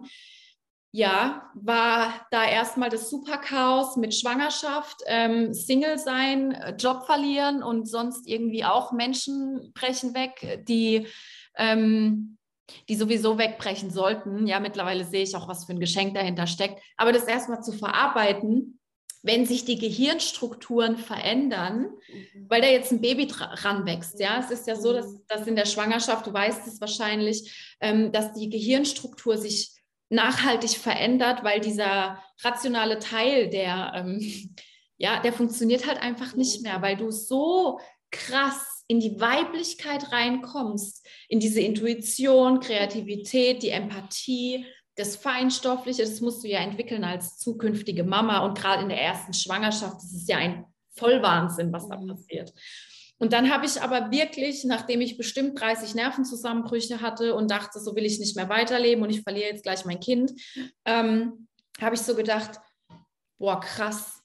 ja, war da erstmal das Superchaos mit Schwangerschaft, ähm, Single sein, Job verlieren und sonst irgendwie auch Menschen brechen weg, die, ähm, die sowieso wegbrechen sollten. Ja, mittlerweile sehe ich auch, was für ein Geschenk dahinter steckt. Aber das erstmal zu verarbeiten, wenn sich die Gehirnstrukturen verändern, mhm. weil da jetzt ein Baby ranwächst. Ja, es ist ja so, dass, dass in der Schwangerschaft, du weißt es wahrscheinlich, ähm, dass die Gehirnstruktur sich nachhaltig verändert, weil dieser rationale Teil, der, ähm, ja, der funktioniert halt einfach nicht mehr, weil du so krass in die Weiblichkeit reinkommst, in diese Intuition, Kreativität, die Empathie, das Feinstoffliche, das musst du ja entwickeln als zukünftige Mama und gerade in der ersten Schwangerschaft, das ist ja ein Vollwahnsinn, was da passiert. Und dann habe ich aber wirklich, nachdem ich bestimmt dreißig Nervenzusammenbrüche hatte und dachte, so will ich nicht mehr weiterleben und ich verliere jetzt gleich mein Kind, ähm, habe ich so gedacht, boah, krass,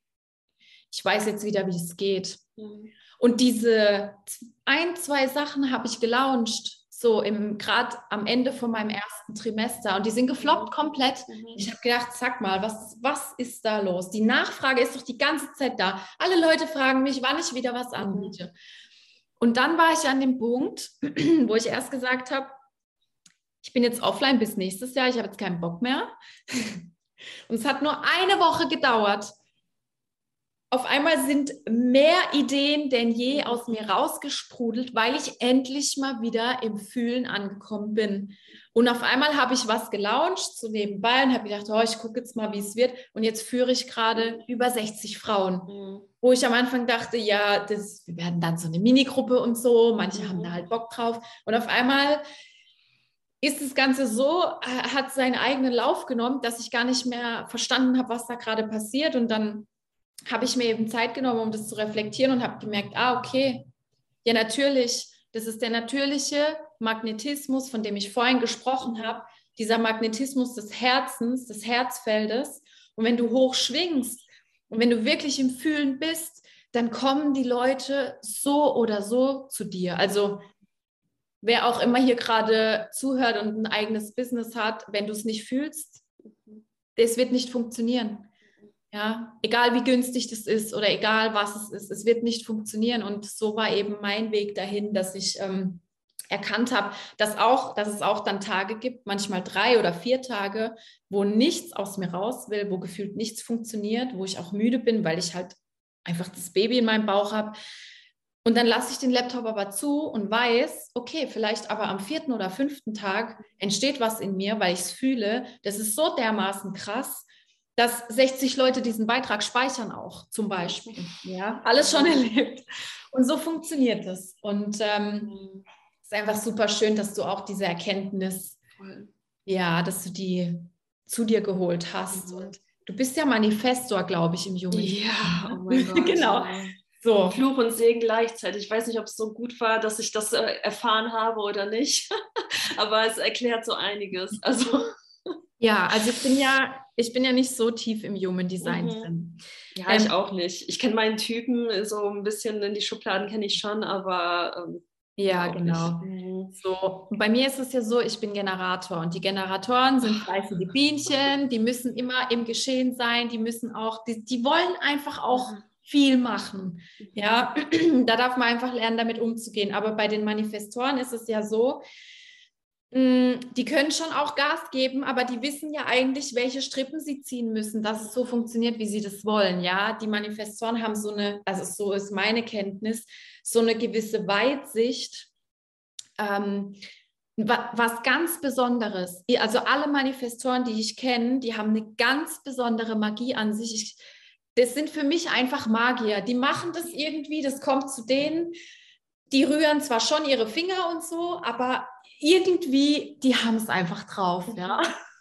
ich weiß jetzt wieder, wie es geht. Mhm. Und diese ein, zwei Sachen habe ich gelauncht, so gerade am Ende von meinem ersten Trimester. Und die sind gefloppt komplett. Mhm. Ich habe gedacht, sag mal, was, was ist da los? Die Nachfrage ist doch die ganze Zeit da. Alle Leute fragen mich, wann ich wieder was anbiete. Mhm. Und dann war ich an dem Punkt, wo ich erst gesagt habe, ich bin jetzt offline bis nächstes Jahr, ich habe jetzt keinen Bock mehr. Und es hat nur eine Woche gedauert. Auf einmal sind mehr Ideen denn je aus mir rausgesprudelt, weil ich endlich mal wieder im Fühlen angekommen bin. Und auf einmal habe ich was gelauncht, so nebenbei, und habe gedacht, oh, ich gucke jetzt mal, wie es wird. Und jetzt führe ich gerade über sechzig Frauen, mhm. wo ich am Anfang dachte, ja, das, wir werden dann so eine Minigruppe und so. Manche mhm. haben da halt Bock drauf. Und auf einmal ist das Ganze so, hat seinen eigenen Lauf genommen, dass ich gar nicht mehr verstanden habe, was da gerade passiert. Und dann habe ich mir eben Zeit genommen, um das zu reflektieren und habe gemerkt, ah, okay, ja natürlich, das ist der natürliche Magnetismus, von dem ich vorhin gesprochen habe, dieser Magnetismus des Herzens, des Herzfeldes. Und wenn du hoch schwingst und wenn du wirklich im Fühlen bist, dann kommen die Leute so oder so zu dir. Also wer auch immer hier gerade zuhört und ein eigenes Business hat, wenn du es nicht fühlst, es wird nicht funktionieren. Ja, egal wie günstig das ist oder egal was es ist, es wird nicht funktionieren. Und so war eben mein Weg dahin, dass ich ähm, erkannt habe, dass, auch, dass es auch dann Tage gibt, manchmal drei oder vier Tage, wo nichts aus mir raus will, wo gefühlt nichts funktioniert, wo ich auch müde bin, weil ich halt einfach das Baby in meinem Bauch habe. Und dann lasse ich den Laptop aber zu und weiß, okay, vielleicht aber am vierten oder fünften Tag entsteht was in mir, weil ich es fühle. Das ist so dermaßen krass, dass sechzig Leute diesen Beitrag speichern auch, zum Beispiel. Ja, alles schon erlebt. Und so funktioniert es. Und ähm, es ist einfach super schön, dass du auch diese Erkenntnis, Voll. ja, dass du die zu dir geholt hast. Mhm. Und du bist ja Manifestor, glaube ich, im Jungen. Ja, oh mein Gott. Genau. Ja. So. Fluch und Segen gleichzeitig. Ich weiß nicht, ob es so gut war, dass ich das äh, erfahren habe oder nicht. Aber es erklärt so einiges. Also. Ja, also ich bin ja, ich bin ja nicht so tief im Human Design mhm. drin. Ja, ähm, ich auch nicht. Ich kenne meinen Typen, so ein bisschen in die Schubladen kenne ich schon, aber ähm, ja, genau. Mhm. So, bei mir ist es ja so, ich bin Generator und die Generatoren sind fleißige Bienchen, die müssen immer im Geschehen sein, die müssen auch, die, die wollen einfach auch mhm. viel machen. Ja, da darf man einfach lernen, damit umzugehen. Aber bei den Manifestoren ist es ja so, die können schon auch Gas geben, aber die wissen ja eigentlich, welche Strippen sie ziehen müssen, dass es so funktioniert, wie sie das wollen. Ja, die Manifestoren haben so eine, also so ist meine Kenntnis, so eine gewisse Weitsicht, ähm, was ganz Besonderes. Also alle Manifestoren, die ich kenne, die haben eine ganz besondere Magie an sich. Ich, das sind für mich einfach Magier. Die machen das irgendwie, das kommt zu denen. Die rühren zwar schon ihre Finger und so, aber irgendwie, die haben es einfach drauf, ja.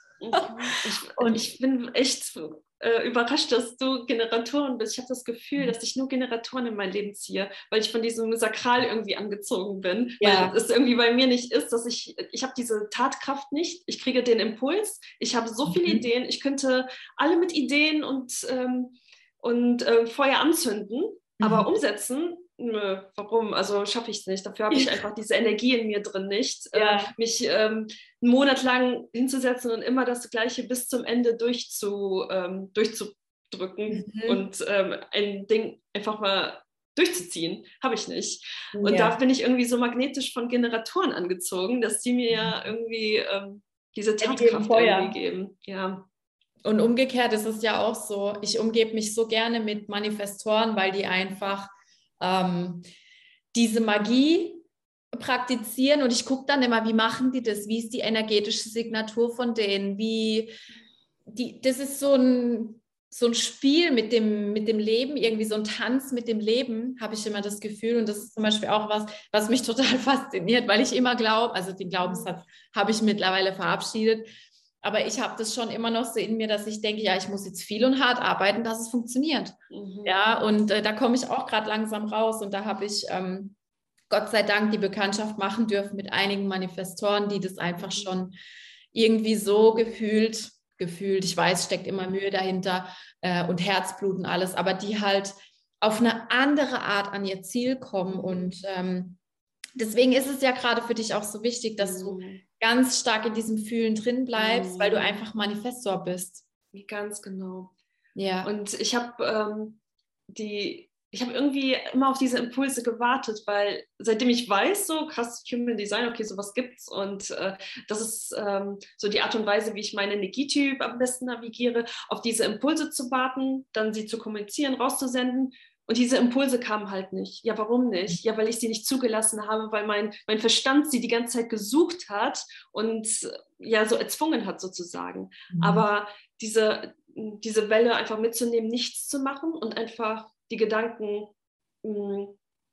Ich, und ich bin echt äh, überrascht, dass du Generatoren bist. Ich habe das Gefühl, dass ich nur Generatoren in mein Leben ziehe, weil ich von diesem Sakral irgendwie angezogen bin. Ja. Weil es irgendwie bei mir nicht ist, dass ich, ich habe diese Tatkraft nicht. Ich kriege den Impuls. Ich habe so viele mhm. Ideen. Ich könnte alle mit Ideen und, ähm, und äh, Feuer anzünden, mhm. aber umsetzen, nö, warum? Also schaffe ich es nicht. Dafür habe ich einfach diese Energie in mir drin nicht. Ja. Äh, mich ähm, einen Monat lang hinzusetzen und immer das Gleiche bis zum Ende durchzu, ähm, durchzudrücken mhm. und ähm, ein Ding einfach mal durchzuziehen. Habe ich nicht. Und ja. da bin ich irgendwie so magnetisch von Generatoren angezogen, dass die mir ja irgendwie ähm, diese Tatkraft irgendwie geben. Ja. Und umgekehrt ist es ja auch so, ich umgebe mich so gerne mit Manifestoren, weil die einfach ähm, diese Magie praktizieren und ich gucke dann immer, wie machen die das, wie ist die energetische Signatur von denen, wie, die, das ist so ein, so ein Spiel mit dem, mit dem Leben, irgendwie so ein Tanz mit dem Leben, habe ich immer das Gefühl und das ist zum Beispiel auch was, was mich total fasziniert, weil ich immer glaube, also den Glaubenssatz habe ich mittlerweile verabschiedet, aber ich habe das schon immer noch so in mir, dass ich denke, ja, ich muss jetzt viel und hart arbeiten, dass es funktioniert. Mhm. Ja, und äh, da komme ich auch gerade langsam raus. Und da habe ich ähm, Gott sei Dank die Bekanntschaft machen dürfen mit einigen Manifestoren, die das einfach schon irgendwie so gefühlt, gefühlt, ich weiß, steckt immer Mühe dahinter äh, und Herzblut und alles, aber die halt auf eine andere Art an ihr Ziel kommen. Und ähm, deswegen ist es ja gerade für dich auch so wichtig, dass du ganz stark in diesem Fühlen drin bleibst, mm. weil du einfach Manifestor bist. Ganz genau. Ja. Und ich habe ähm, die, ich habe irgendwie immer auf diese Impulse gewartet, weil seitdem ich weiß, so krass Human Design, okay, sowas gibt's und äh, das ist ähm, so die Art und Weise, wie ich meinen Energietyp am besten navigiere, auf diese Impulse zu warten, dann sie zu kommunizieren, rauszusenden. Und diese Impulse kamen halt nicht. Ja, warum nicht? Ja, weil ich sie nicht zugelassen habe, weil mein, mein Verstand sie die ganze Zeit gesucht hat und ja, so erzwungen hat sozusagen. Mhm. Aber diese, diese Welle einfach mitzunehmen, nichts zu machen und einfach die Gedanken mh,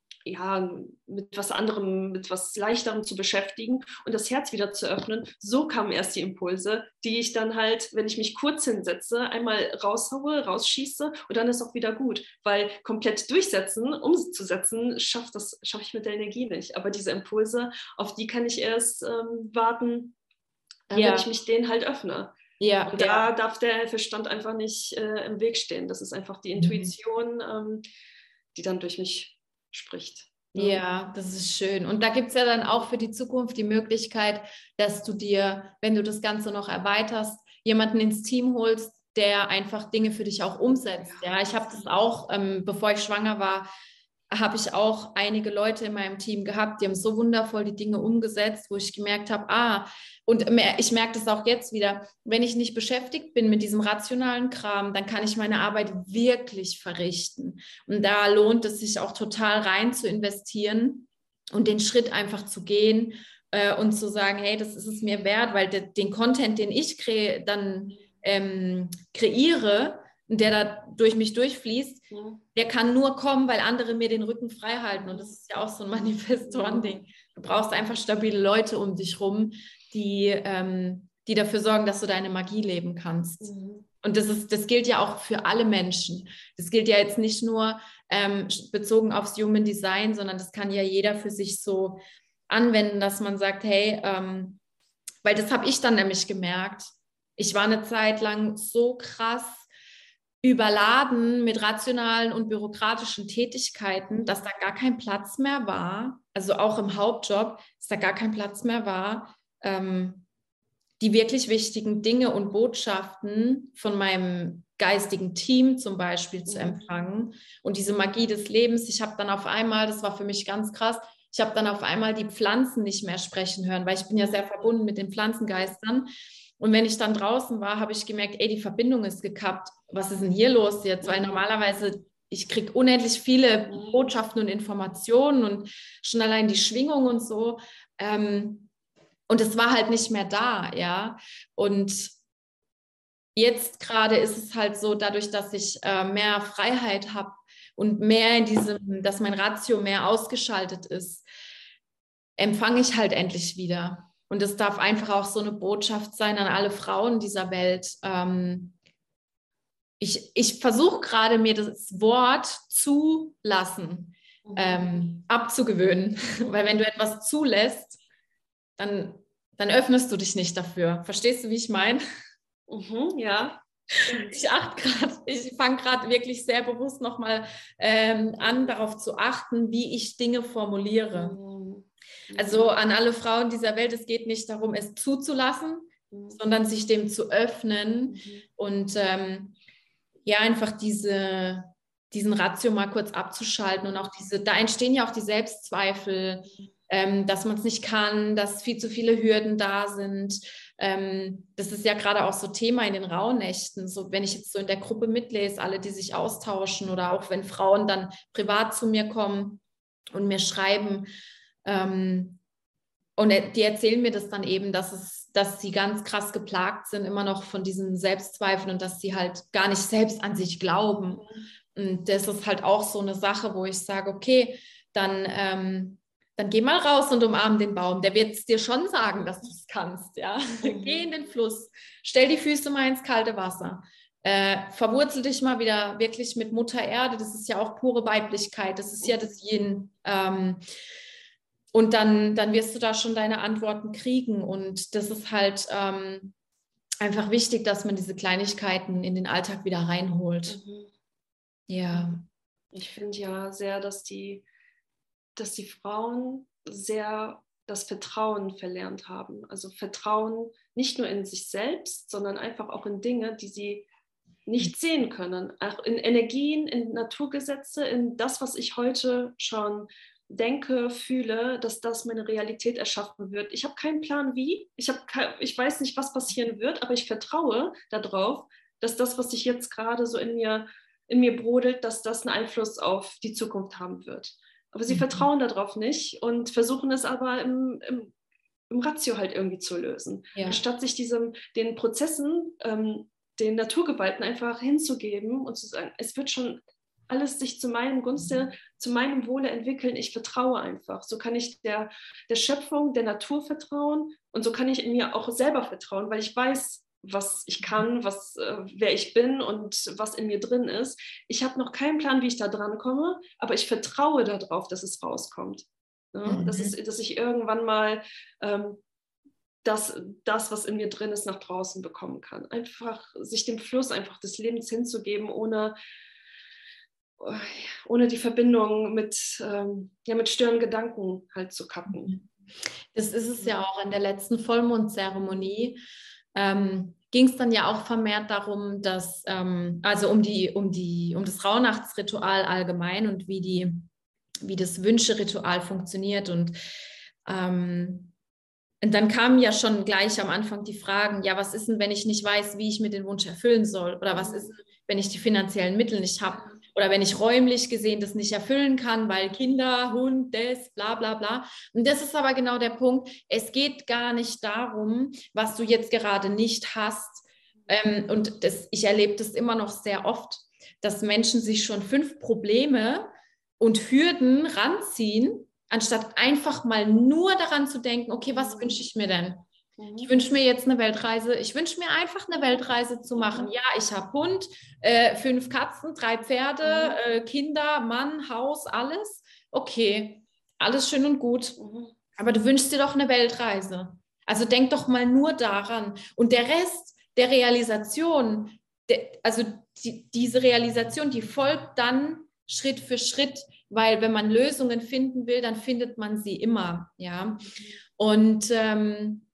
ja, mit was anderem, mit was Leichterem zu beschäftigen und das Herz wieder zu öffnen. So kamen erst die Impulse, die ich dann halt, wenn ich mich kurz hinsetze, einmal raushaue, rausschieße und dann ist auch wieder gut. Weil komplett durchsetzen, umzusetzen, schafft das, schaffe ich mit der Energie nicht. Aber diese Impulse, auf die kann ich erst ähm, warten, äh, ja. wenn ich mich denen halt öffne. Ja, und da ja. darf der Verstand einfach nicht äh, im Weg stehen. Das ist einfach die Intuition, mhm. ähm, die dann durch mich spricht. Ja. ja, das ist schön. Und da gibt es ja dann auch für die Zukunft die Möglichkeit, dass du dir, wenn du das Ganze noch erweiterst, jemanden ins Team holst, der einfach Dinge für dich auch umsetzt. Ja, ich habe das auch, ähm, bevor ich schwanger war, habe ich auch einige Leute in meinem Team gehabt, die haben so wundervoll die Dinge umgesetzt, wo ich gemerkt habe, ah, und ich merke das auch jetzt wieder, wenn ich nicht beschäftigt bin mit diesem rationalen Kram, dann kann ich meine Arbeit wirklich verrichten. Und da lohnt es sich auch total rein zu investieren und den Schritt einfach zu gehen äh, und zu sagen, hey, das ist es mir wert, weil de, den Content, den ich kre dann ähm, kreiere, der da durch mich durchfließt, ja. der kann nur kommen, weil andere mir den Rücken frei halten. Und das ist ja auch so ein Manifestoren-Ding. Du brauchst einfach stabile Leute um dich rum, die, ähm, die dafür sorgen, dass du deine Magie leben kannst. Mhm. Und das ist, das gilt ja auch für alle Menschen. Das gilt ja jetzt nicht nur ähm, bezogen aufs Human Design, sondern das kann ja jeder für sich so anwenden, dass man sagt, hey, ähm, weil das habe ich dann nämlich gemerkt. Ich war eine Zeit lang so krass überladen mit rationalen und bürokratischen Tätigkeiten, dass da gar kein Platz mehr war, also auch im Hauptjob, dass da gar kein Platz mehr war, ähm, die wirklich wichtigen Dinge und Botschaften von meinem geistigen Team zum Beispiel zu empfangen und diese Magie des Lebens. Ich habe dann auf einmal, das war für mich ganz krass, ich habe dann auf einmal die Pflanzen nicht mehr sprechen hören, weil ich bin ja sehr verbunden mit den Pflanzengeistern. Und wenn ich dann draußen war, habe ich gemerkt, ey, die Verbindung ist gekappt. Was ist denn hier los jetzt? Weil normalerweise, ich kriege unendlich viele Botschaften und Informationen und schon allein die Schwingung und so. Ähm, und es war halt nicht mehr da, ja. Und jetzt gerade ist es halt so, dadurch, dass ich äh, mehr Freiheit habe und mehr in diesem, dass mein Ratio mehr ausgeschaltet ist, empfange ich halt endlich wieder. Und es darf einfach auch so eine Botschaft sein an alle Frauen dieser Welt. Ähm, ich ich versuche gerade, mir das Wort zulassen ähm, abzugewöhnen. Weil wenn du etwas zulässt, dann, dann öffnest du dich nicht dafür. Verstehst du, wie ich meine? Mhm, ja. Ich achte gerade, ich fange gerade wirklich sehr bewusst nochmal ähm, an, darauf zu achten, wie ich Dinge formuliere. Mhm. Also an alle Frauen dieser Welt, es geht nicht darum, es zuzulassen, mhm. sondern sich dem zu öffnen mhm. und ähm, ja, einfach diese, diesen Ratio mal kurz abzuschalten und auch diese, da entstehen ja auch die Selbstzweifel, mhm. ähm, dass man es nicht kann, dass viel zu viele Hürden da sind. Ähm, das ist ja gerade auch so Thema in den Rauhnächten. So, wenn ich jetzt so in der Gruppe mitlese, alle, die sich austauschen oder auch wenn Frauen dann privat zu mir kommen und mir schreiben, Ähm, und die erzählen mir das dann eben, dass, es, dass sie ganz krass geplagt sind, immer noch von diesen Selbstzweifeln und dass sie halt gar nicht selbst an sich glauben. Und das ist halt auch so eine Sache, wo ich sage, okay, dann, ähm, dann geh mal raus und umarm den Baum. Der wird es dir schon sagen, dass du es kannst. Ja? Mhm. Geh in den Fluss, stell die Füße mal ins kalte Wasser. Äh, verwurzel dich mal wieder wirklich mit Mutter Erde. Das ist ja auch pure Weiblichkeit. Das ist ja das Yin. Ähm, Und dann, dann wirst du da schon deine Antworten kriegen. Und das ist halt ähm, einfach wichtig, dass man diese Kleinigkeiten in den Alltag wieder reinholt. Mhm. Ja. Ich finde ja sehr, dass die, dass die Frauen sehr das Vertrauen verlernt haben. Also Vertrauen nicht nur in sich selbst, sondern einfach auch in Dinge, die sie nicht sehen können. Auch in Energien, in Naturgesetze, in das, was ich heute schon denke, fühle, dass das meine Realität erschaffen wird. Ich habe keinen Plan, wie. Ich, habe kein, ich weiß nicht, was passieren wird, aber ich vertraue darauf, dass das, was sich jetzt gerade so in mir, in mir brodelt, dass das einen Einfluss auf die Zukunft haben wird. Aber sie mhm. vertrauen darauf nicht und versuchen es aber im, im, im Ratio halt irgendwie zu lösen. Ja. Anstatt sich diesem, den Prozessen, ähm, den Naturgewalten einfach hinzugeben und zu sagen, es wird schon alles sich zu meinem Gunste, zu meinem Wohle entwickeln. Ich vertraue einfach. So kann ich der, der Schöpfung, der Natur vertrauen und so kann ich in mir auch selber vertrauen, weil ich weiß, was ich kann, was, äh, wer ich bin und was in mir drin ist. Ich habe noch keinen Plan, wie ich da dran komme, aber ich vertraue darauf, dass es rauskommt. Ja? Mhm. Dass, es, dass ich irgendwann mal ähm, das, das, was in mir drin ist, nach draußen bekommen kann. Einfach sich dem Fluss einfach des Lebens hinzugeben, ohne ohne die Verbindung mit, ähm, ja, mit störenden Gedanken halt zu kappen. Das ist es ja auch in der letzten Vollmondzeremonie. Ähm, ging es dann ja auch vermehrt darum, dass, ähm, also um, die, um, die, um das Rauhnachtsritual allgemein und wie die wie das Wünscheritual funktioniert. Und, ähm, und dann kamen ja schon gleich am Anfang die Fragen, ja, was ist denn, wenn ich nicht weiß, wie ich mir den Wunsch erfüllen soll? Oder was ist, wenn ich die finanziellen Mittel nicht habe? Oder wenn ich räumlich gesehen das nicht erfüllen kann, weil Kinder, Hund, das, bla bla bla. Und das ist aber genau der Punkt. Es geht gar nicht darum, was du jetzt gerade nicht hast. Ähm, und das, ich erlebe das immer noch sehr oft, dass Menschen sich schon fünf Probleme und Hürden ranziehen, anstatt einfach mal nur daran zu denken, okay, was wünsche ich mir denn? Ich wünsche mir jetzt eine Weltreise. Ich wünsche mir einfach eine Weltreise zu machen. Ja, ich habe Hund, äh, fünf Katzen, drei Pferde, äh, Kinder, Mann, Haus, alles. Okay, alles schön und gut. Aber du wünschst dir doch eine Weltreise. Also denk doch mal nur daran. Und der Rest der Realisation, der, also die, diese Realisation, die folgt dann Schritt für Schritt, weil wenn man Lösungen finden will, dann findet man sie immer. Ja, und ähm,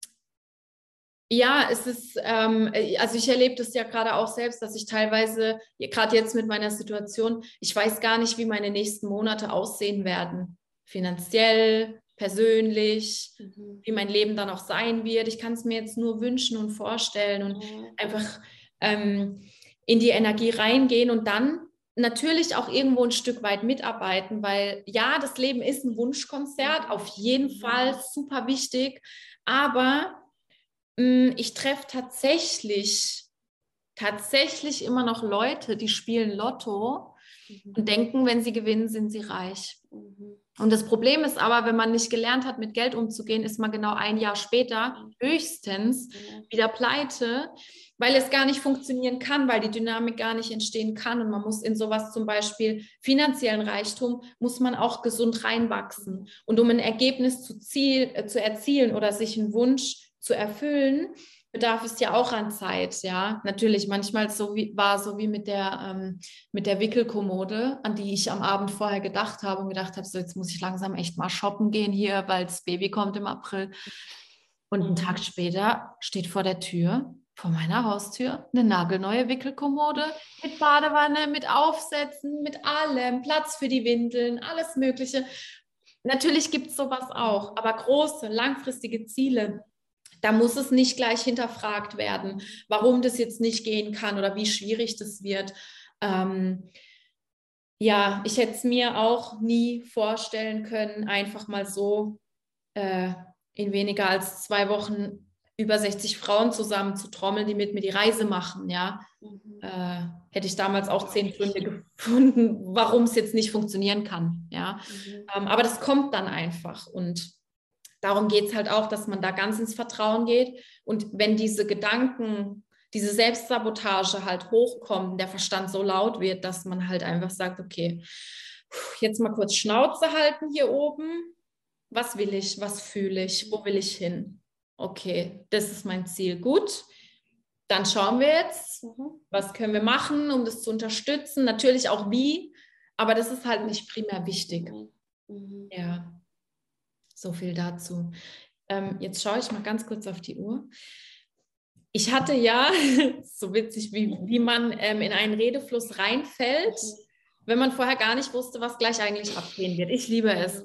ja, es ist, ähm, also ich erlebe das ja gerade auch selbst, dass ich teilweise, gerade jetzt mit meiner Situation, ich weiß gar nicht, wie meine nächsten Monate aussehen werden. Finanziell, persönlich, mhm. wie mein Leben dann auch sein wird. Ich kann es mir jetzt nur wünschen und vorstellen und mhm. einfach ähm, in die Energie reingehen und dann natürlich auch irgendwo ein Stück weit mitarbeiten, weil ja, das Leben ist ein Wunschkonzert, auf jeden mhm. Fall super wichtig, aber ich treffe tatsächlich, tatsächlich immer noch Leute, die spielen Lotto mhm. und denken, wenn sie gewinnen, sind sie reich. Mhm. Und das Problem ist aber, wenn man nicht gelernt hat, mit Geld umzugehen, ist man genau ein Jahr später höchstens mhm. wieder pleite, weil es gar nicht funktionieren kann, weil die Dynamik gar nicht entstehen kann. Und man muss in sowas zum Beispiel finanziellen Reichtum, muss man auch gesund reinwachsen. Und um ein Ergebnis zu, ziel, äh, zu erzielen oder sich einen Wunsch zu erfüllen, bedarf es ja auch an Zeit, ja. Natürlich, manchmal so wie, war so wie mit der, ähm, mit der Wickelkommode, an die ich am Abend vorher gedacht habe und gedacht habe, so jetzt muss ich langsam echt mal shoppen gehen hier, weil das Baby kommt im April. Und einen Tag später steht vor der Tür, vor meiner Haustür, eine nagelneue Wickelkommode mit Badewanne, mit Aufsätzen, mit allem, Platz für die Windeln, alles Mögliche. Natürlich gibt es sowas auch, aber große, langfristige Ziele, da muss es nicht gleich hinterfragt werden, warum das jetzt nicht gehen kann oder wie schwierig das wird. Ähm, ja, ich hätte es mir auch nie vorstellen können, einfach mal so äh, in weniger als zwei Wochen über sechzig Frauen zusammen zu trommeln, die mit mir die Reise machen. Ja, mhm. äh, hätte ich damals auch zehn Gründe gefunden, warum es jetzt nicht funktionieren kann. Ja, mhm. ähm, aber das kommt dann einfach und darum geht es halt auch, dass man da ganz ins Vertrauen geht. Und wenn diese Gedanken, diese Selbstsabotage halt hochkommen, der Verstand so laut wird, dass man halt einfach sagt, okay, jetzt mal kurz Schnauze halten hier oben. Was will ich? Was fühle ich? Wo will ich hin? Okay, das ist mein Ziel. Gut, dann schauen wir jetzt, was können wir machen, um das zu unterstützen. Natürlich auch wie, aber das ist halt nicht primär wichtig. Mhm. Ja. So viel dazu. Ähm, jetzt schaue ich mal ganz kurz auf die Uhr. Ich hatte ja, so witzig, wie, wie man ähm, in einen Redefluss reinfällt, wenn man vorher gar nicht wusste, was gleich eigentlich abgehen wird. Ich liebe es.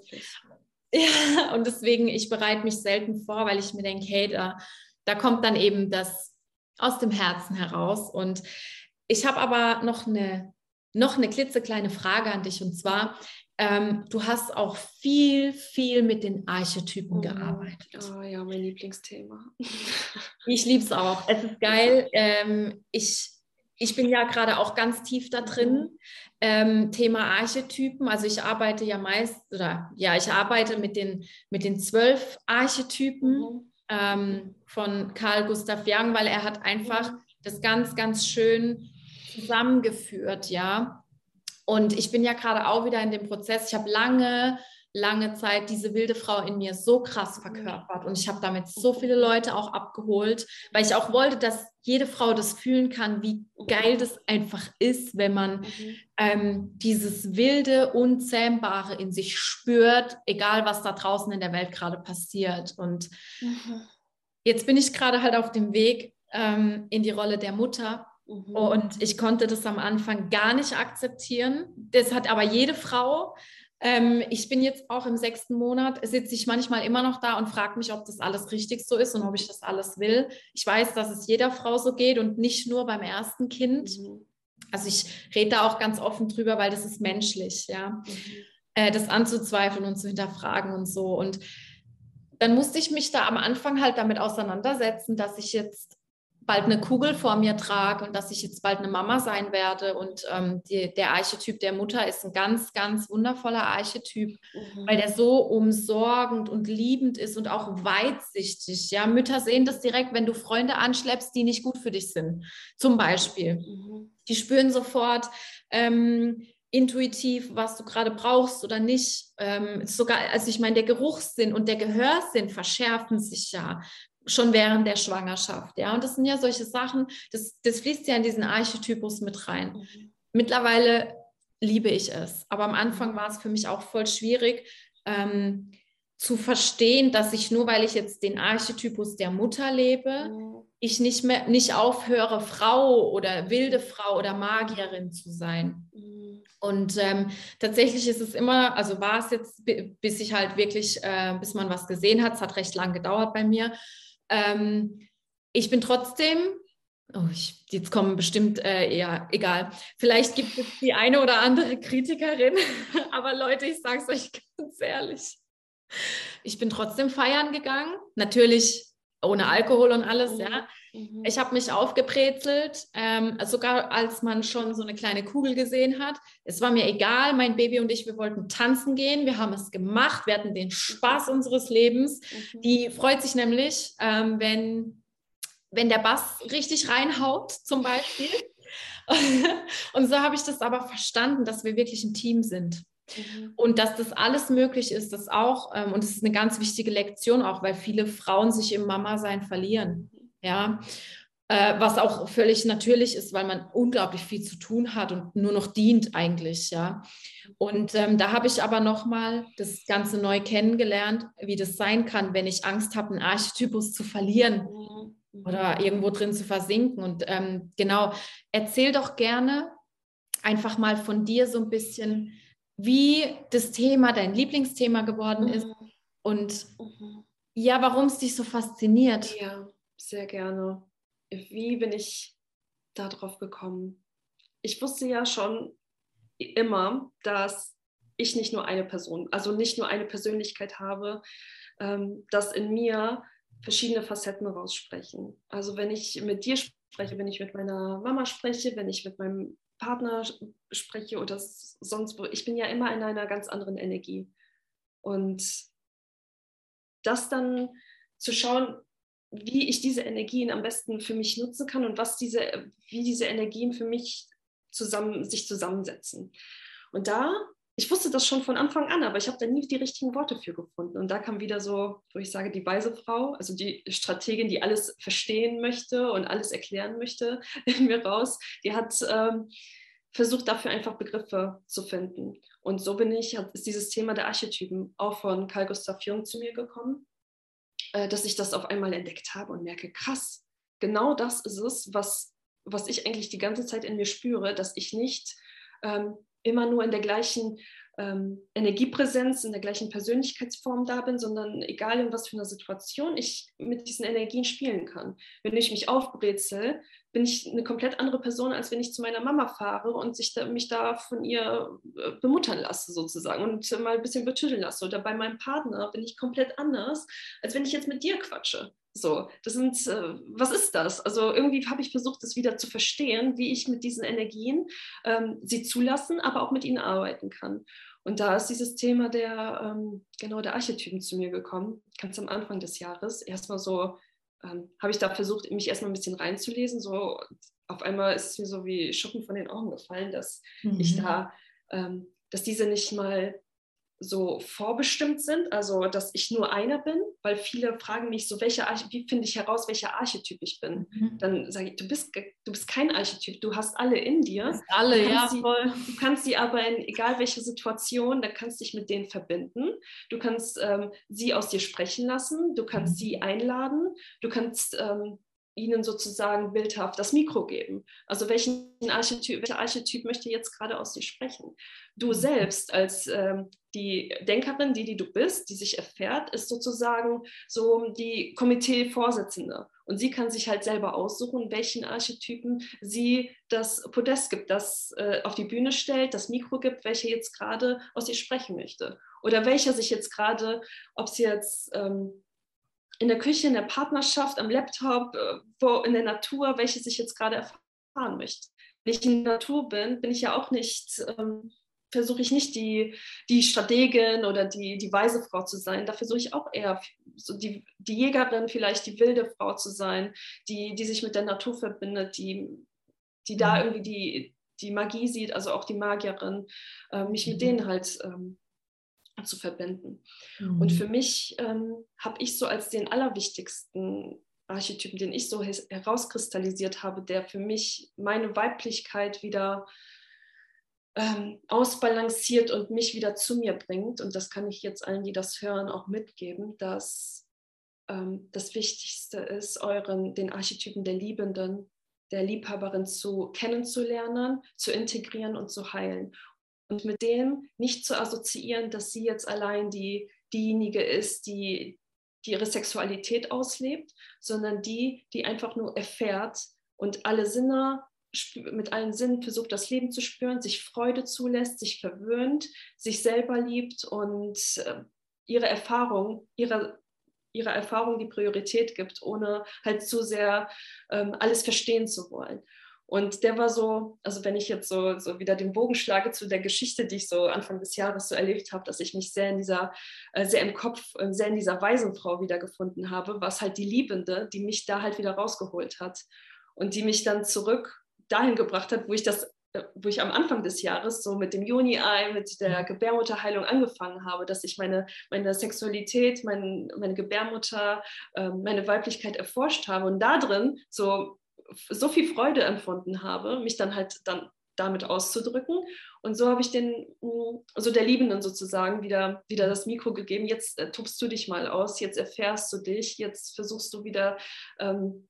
Ja, und deswegen, ich bereite mich selten vor, weil ich mir denke, hey, da, da kommt dann eben das aus dem Herzen heraus. Und ich habe aber noch eine, noch eine klitzekleine Frage an dich, und zwar, Ähm, du hast auch viel, viel mit den Archetypen oh, gearbeitet. Oh ja, mein Lieblingsthema. Ich liebe es auch. Es ist geil. Ähm, ich, ich bin ja gerade auch ganz tief da drin. Ähm, Thema Archetypen. Also ich arbeite ja meist, oder ja, ich arbeite mit den, mit den zwölf Archetypen mhm. ähm, von Carl Gustav Jung, weil er hat einfach mhm. das ganz, ganz schön zusammengeführt, ja. Und ich bin ja gerade auch wieder in dem Prozess. Ich habe lange, lange Zeit diese wilde Frau in mir so krass verkörpert. Und ich habe damit so viele Leute auch abgeholt, weil ich auch wollte, dass jede Frau das fühlen kann, wie geil das einfach ist, wenn man mhm. ähm, dieses wilde, Unzähmbare in sich spürt, egal was da draußen in der Welt gerade passiert. Und mhm. jetzt bin ich gerade halt auf dem Weg ähm, in die Rolle der Mutter. Und ich konnte das am Anfang gar nicht akzeptieren. Das hat aber jede Frau. Ähm, ich bin jetzt auch im sechsten Monat, sitze ich manchmal immer noch da und frage mich, ob das alles richtig so ist und ob ich das alles will. Ich weiß, dass es jeder Frau so geht und nicht nur beim ersten Kind. Mhm. Also ich rede da auch ganz offen drüber, weil das ist menschlich, ja. Mhm. Äh, das anzuzweifeln und zu hinterfragen und so. Und dann musste ich mich da am Anfang halt damit auseinandersetzen, dass ich jetzt bald eine Kugel vor mir trage und dass ich jetzt bald eine Mama sein werde. Und ähm, die, der Archetyp der Mutter ist ein ganz, ganz wundervoller Archetyp, Mhm. weil der so umsorgend und liebend ist und auch weitsichtig. Ja, Mütter sehen das direkt, wenn du Freunde anschleppst, die nicht gut für dich sind. Zum Beispiel. Mhm. Die spüren sofort ähm, intuitiv, was du gerade brauchst oder nicht. Ähm, sogar, also ich meine, der Geruchssinn und der Gehörsinn verschärfen sich ja schon während der Schwangerschaft. Ja, und das sind ja solche Sachen, das, das fließt ja in diesen Archetypus mit rein. Mhm. Mittlerweile liebe ich es, aber am Anfang war es für mich auch voll schwierig, ähm, zu verstehen, dass ich nur, weil ich jetzt den Archetypus der Mutter lebe, Mhm. ich nicht mehr nicht aufhöre, Frau oder wilde Frau oder Magierin zu sein. Mhm. Und ähm, tatsächlich ist es immer, also war es jetzt, bis ich halt wirklich, äh, bis man was gesehen hat, es hat recht lang gedauert bei mir. Ähm, ich bin trotzdem, oh, ich, jetzt kommen bestimmt, äh, ja, egal. Vielleicht gibt es die eine oder andere Kritikerin, aber Leute, ich sage es euch ganz ehrlich. Ich bin trotzdem feiern gegangen, natürlich ohne Alkohol und alles, ja. Mhm. Ich habe mich aufgebrezelt, ähm, sogar als man schon so eine kleine Kugel gesehen hat. Es war mir egal, mein Baby und ich, wir wollten tanzen gehen. Wir haben es gemacht, wir hatten den Spaß unseres Lebens. Mhm. Die freut sich nämlich, ähm, wenn, wenn der Bass richtig reinhaut, zum Beispiel. Und so habe ich das aber verstanden, dass wir wirklich ein Team sind. Mhm. Und dass das alles möglich ist, das auch, ähm, und es ist eine ganz wichtige Lektion auch, weil viele Frauen sich im Mama-Sein verlieren. Ja, äh, was auch völlig natürlich ist, weil man unglaublich viel zu tun hat und nur noch dient eigentlich, ja. Und ähm, da habe ich aber nochmal das Ganze neu kennengelernt, wie das sein kann, wenn ich Angst habe, einen Archetypus zu verlieren Mhm. oder irgendwo drin zu versinken. Und ähm, genau, erzähl doch gerne einfach mal von dir so ein bisschen, wie das Thema dein Lieblingsthema geworden ist Mhm. und Mhm. ja, warum es dich so fasziniert. Ja, sehr gerne. Wie bin ich da drauf gekommen? Ich wusste ja schon immer, dass ich nicht nur eine Person, also nicht nur eine Persönlichkeit habe, ähm, dass in mir verschiedene Facetten raussprechen. Also wenn ich mit dir spreche, wenn ich mit meiner Mama spreche, wenn ich mit meinem Partner spreche oder sonst wo, ich bin ja immer in einer ganz anderen Energie. Und das dann zu schauen, wie ich diese Energien am besten für mich nutzen kann und was diese, wie diese Energien für mich zusammen, sich zusammensetzen. Und da, ich wusste das schon von Anfang an, aber ich habe da nie die richtigen Worte für gefunden. Und da kam wieder so, wo ich sage, die weise Frau, also die Strategin, die alles verstehen möchte und alles erklären möchte, in mir raus, die hat ähm, versucht, dafür einfach Begriffe zu finden. Und so bin ich, ist dieses Thema der Archetypen auch von Carl Gustav Jung zu mir gekommen, dass ich das auf einmal entdeckt habe und merke, krass, genau das ist es, was, was ich eigentlich die ganze Zeit in mir spüre, dass ich nicht ähm, immer nur in der gleichen ähm, Energiepräsenz, in der gleichen Persönlichkeitsform da bin, sondern egal in was für einer Situation ich mit diesen Energien spielen kann. Wenn ich mich aufbrezel, bin ich eine komplett andere Person, als wenn ich zu meiner Mama fahre und sich da, mich da von ihr äh, bemuttern lasse sozusagen und äh, mal ein bisschen betüdeln lasse. Oder bei meinem Partner bin ich komplett anders, als wenn ich jetzt mit dir quatsche. So, das sind, äh, was ist das? Also irgendwie habe ich versucht, das wieder zu verstehen, wie ich mit diesen Energien ähm, sie zulassen, aber auch mit ihnen arbeiten kann. Und da ist dieses Thema der, ähm, genau, der Archetypen zu mir gekommen, ganz am Anfang des Jahres. Erstmal so, ähm, habe ich da versucht, mich erstmal ein bisschen reinzulesen. So, auf einmal ist es mir so wie Schuppen von den Augen gefallen, dass Mhm. ich da, ähm, dass diese nicht mal so vorbestimmt sind, also dass ich nur einer bin, weil viele fragen mich so, welche Arche- wie finde ich heraus, welcher Archetyp ich bin? Mhm. Dann sage ich, du bist, du bist kein Archetyp, du hast alle in dir. Das alle, du kannst ja, sie, voll. Du kannst sie aber in egal welche Situation, da kannst dich mit denen verbinden. Du kannst ähm, sie aus dir sprechen lassen, du kannst sie einladen, du kannst ähm, ihnen sozusagen bildhaft das Mikro geben. Also welchen Archetyp, welcher Archetyp möchte jetzt gerade aus dir sprechen? Du selbst als ähm, die Denkerin, die, die du bist, die sich erfährt, ist sozusagen so die Komitee-Vorsitzende. Und sie kann sich halt selber aussuchen, welchen Archetypen sie das Podest gibt, das äh, auf die Bühne stellt, das Mikro gibt, welcher jetzt gerade aus ihr sprechen möchte. Oder welcher sich jetzt gerade, ob es jetzt ähm, in der Küche, in der Partnerschaft, am Laptop, wo, in der Natur, welche sich jetzt gerade erfahren möchte. Wenn ich in der Natur bin, bin ich ja auch nicht, ähm, versuche ich nicht die, die Strategin oder die, die weise Frau zu sein. Da versuche ich auch eher so die, die Jägerin, vielleicht die wilde Frau zu sein, die, die sich mit der Natur verbindet, die, die da irgendwie die, die Magie sieht, also auch die Magierin, äh, mich mit denen halt ähm, zu verbinden. Mhm. Und für mich ähm, habe ich so als den allerwichtigsten Archetypen, den ich so herauskristallisiert habe, der für mich meine Weiblichkeit wieder ähm, ausbalanciert und mich wieder zu mir bringt. Und das kann ich jetzt allen, die das hören, auch mitgeben, dass ähm, das Wichtigste ist, euren, den Archetypen der Liebenden, der Liebhaberin zu kennenzulernen, zu integrieren und zu heilen. Und mit dem nicht zu assoziieren, dass sie jetzt allein die, diejenige ist, die, die ihre Sexualität auslebt, sondern die, die einfach nur erfährt und alle Sinne, mit allen Sinnen versucht, das Leben zu spüren, sich Freude zulässt, sich verwöhnt, sich selber liebt und äh, ihre Erfahrung, ihre, ihre Erfahrung die Priorität gibt, ohne halt zu sehr ähm, alles verstehen zu wollen. Und der war so, also wenn ich jetzt so, so wieder den Bogen schlage zu der Geschichte, die ich so Anfang des Jahres so erlebt habe, dass ich mich sehr in dieser, äh, sehr im Kopf, äh, sehr in dieser Waisenfrau wiedergefunden habe, war es halt die Liebende, die mich da halt wieder rausgeholt hat und die mich dann zurück dahin gebracht hat, wo ich das, äh, wo ich am Anfang des Jahres so mit dem Juni-Ei, mit der Gebärmutterheilung angefangen habe, dass ich meine, meine Sexualität, mein, meine Gebärmutter, äh, meine Weiblichkeit erforscht habe und da drin so so viel Freude empfunden habe, mich dann halt dann damit auszudrücken. Und so habe ich den, also der Liebenden sozusagen wieder, wieder das Mikro gegeben. Jetzt äh, tobst du dich mal aus, jetzt erfährst du dich, jetzt versuchst du wieder ähm,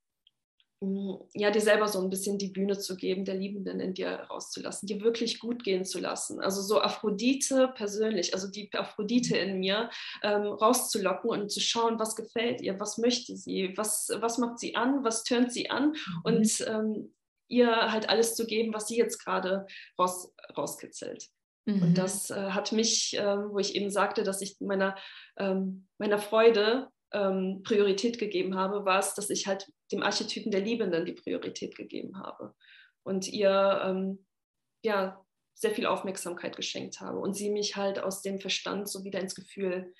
ja, dir selber so ein bisschen die Bühne zu geben, der Liebenden in dir rauszulassen, dir wirklich gut gehen zu lassen. Also so Aphrodite persönlich, also die Aphrodite in mir ähm, rauszulocken und zu schauen, was gefällt ihr, was möchte sie, was, was macht sie an, was tönt sie an mhm. und ähm, ihr halt alles zu geben, was sie jetzt gerade raus, rauskitzelt. Mhm. Und das äh, hat mich, äh, wo ich eben sagte, dass ich meiner, ähm, meiner Freude ähm, Priorität gegeben habe, war es, dass ich halt dem Archetypen der Liebenden die Priorität gegeben habe und ihr ähm, ja, sehr viel Aufmerksamkeit geschenkt habe und sie mich halt aus dem Verstand so wieder ins Gefühl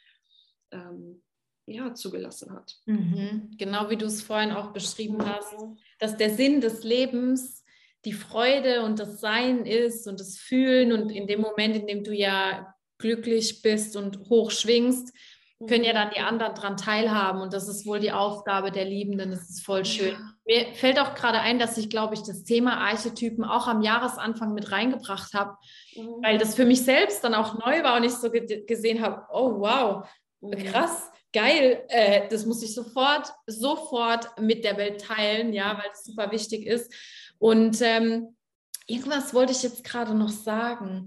ähm, ja, zugelassen hat. Mhm. Genau wie du es vorhin auch beschrieben mhm. hast, dass der Sinn des Lebens die Freude und das Sein ist und das Fühlen mhm. und in dem Moment, in dem du ja glücklich bist und hoch schwingst, können ja dann die anderen daran teilhaben und das ist wohl die Aufgabe der Liebenden, das ist voll schön. Ja. Mir fällt auch gerade ein, dass ich, glaube ich, das Thema Archetypen auch am Jahresanfang mit reingebracht habe, mhm. weil das für mich selbst dann auch neu war und ich so ge- gesehen habe, oh wow, krass, geil, äh, das muss ich sofort, sofort mit der Welt teilen, ja, weil es super wichtig ist. Und ähm, irgendwas wollte ich jetzt gerade noch sagen.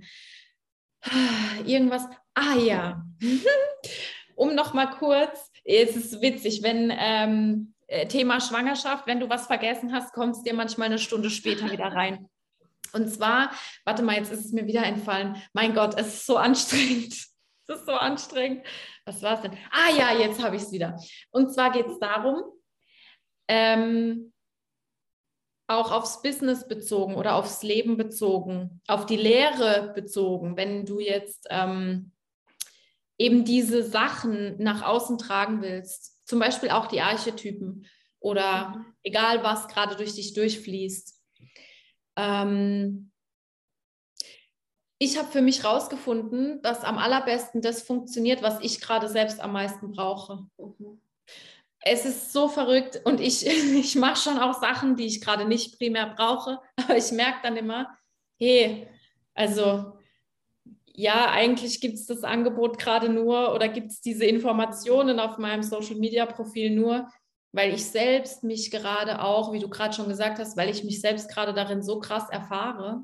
Irgendwas, ah ja, um noch mal kurz, es ist witzig, wenn ähm, Thema Schwangerschaft, wenn du was vergessen hast, kommt es dir manchmal eine Stunde später wieder rein. Und zwar, warte mal, jetzt ist es mir wieder entfallen. Mein Gott, es ist so anstrengend. Es ist so anstrengend. Was war es denn? Ah ja, jetzt habe ich es wieder. Und zwar geht es darum, ähm, auch aufs Business bezogen oder aufs Leben bezogen, auf die Lehre bezogen, wenn du jetzt ähm, eben diese Sachen nach außen tragen willst, zum Beispiel auch die Archetypen oder mhm. egal was gerade durch dich durchfließt. Ähm, ich habe für mich rausgefunden, dass am allerbesten das funktioniert, was ich gerade selbst am meisten brauche. Mhm. Es ist so verrückt und ich, ich mache schon auch Sachen, die ich gerade nicht primär brauche, aber ich merke dann immer, hey, also ja, eigentlich gibt es das Angebot gerade nur oder gibt es diese Informationen auf meinem Social-Media-Profil nur, weil ich selbst mich gerade auch, wie du gerade schon gesagt hast, weil ich mich selbst gerade darin so krass erfahre.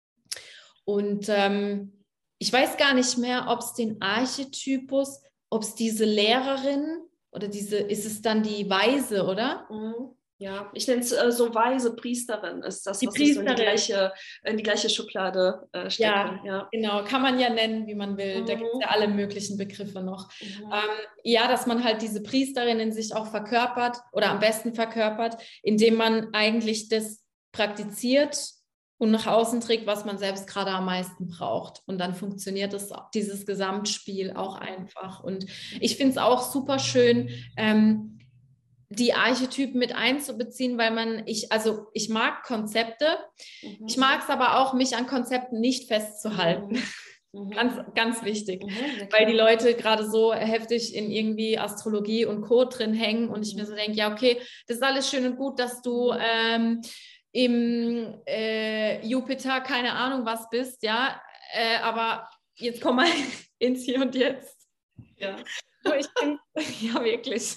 Und ähm, ich weiß gar nicht mehr, ob es den Archetypus, ob es diese Lehrerin oder diese, ist es dann die Weise, oder? Mhm. Ja, ich nenne es äh, so weise Priesterin, ist das, Die was ich so in die Priesterin. gleiche, in die gleiche Schublade äh, stecke. Ja, Ja, genau, kann man ja nennen, wie man will. Da gibt es mhm. ja alle möglichen Begriffe noch. Mhm. Ähm, ja, dass man halt diese Priesterin in sich auch verkörpert oder am besten verkörpert, indem man eigentlich das praktiziert und nach außen trägt, was man selbst gerade am meisten braucht. Und dann funktioniert das, dieses Gesamtspiel auch einfach. Und ich finde es auch super schön, ähm, die Archetypen mit einzubeziehen, weil man, ich, also ich mag Konzepte, Mhm. ich mag es aber auch, mich an Konzepten nicht festzuhalten. Mhm. Ganz, ganz wichtig, Mhm, weil die Leute gerade so heftig in irgendwie Astrologie und Co. drin hängen und ich Mhm. mir so denke, ja, okay, das ist alles schön und gut, dass du ähm, im äh, Jupiter keine Ahnung was bist, ja, äh, aber jetzt komm mal ins Hier und Jetzt. Ja, So, ich find, ja, wirklich.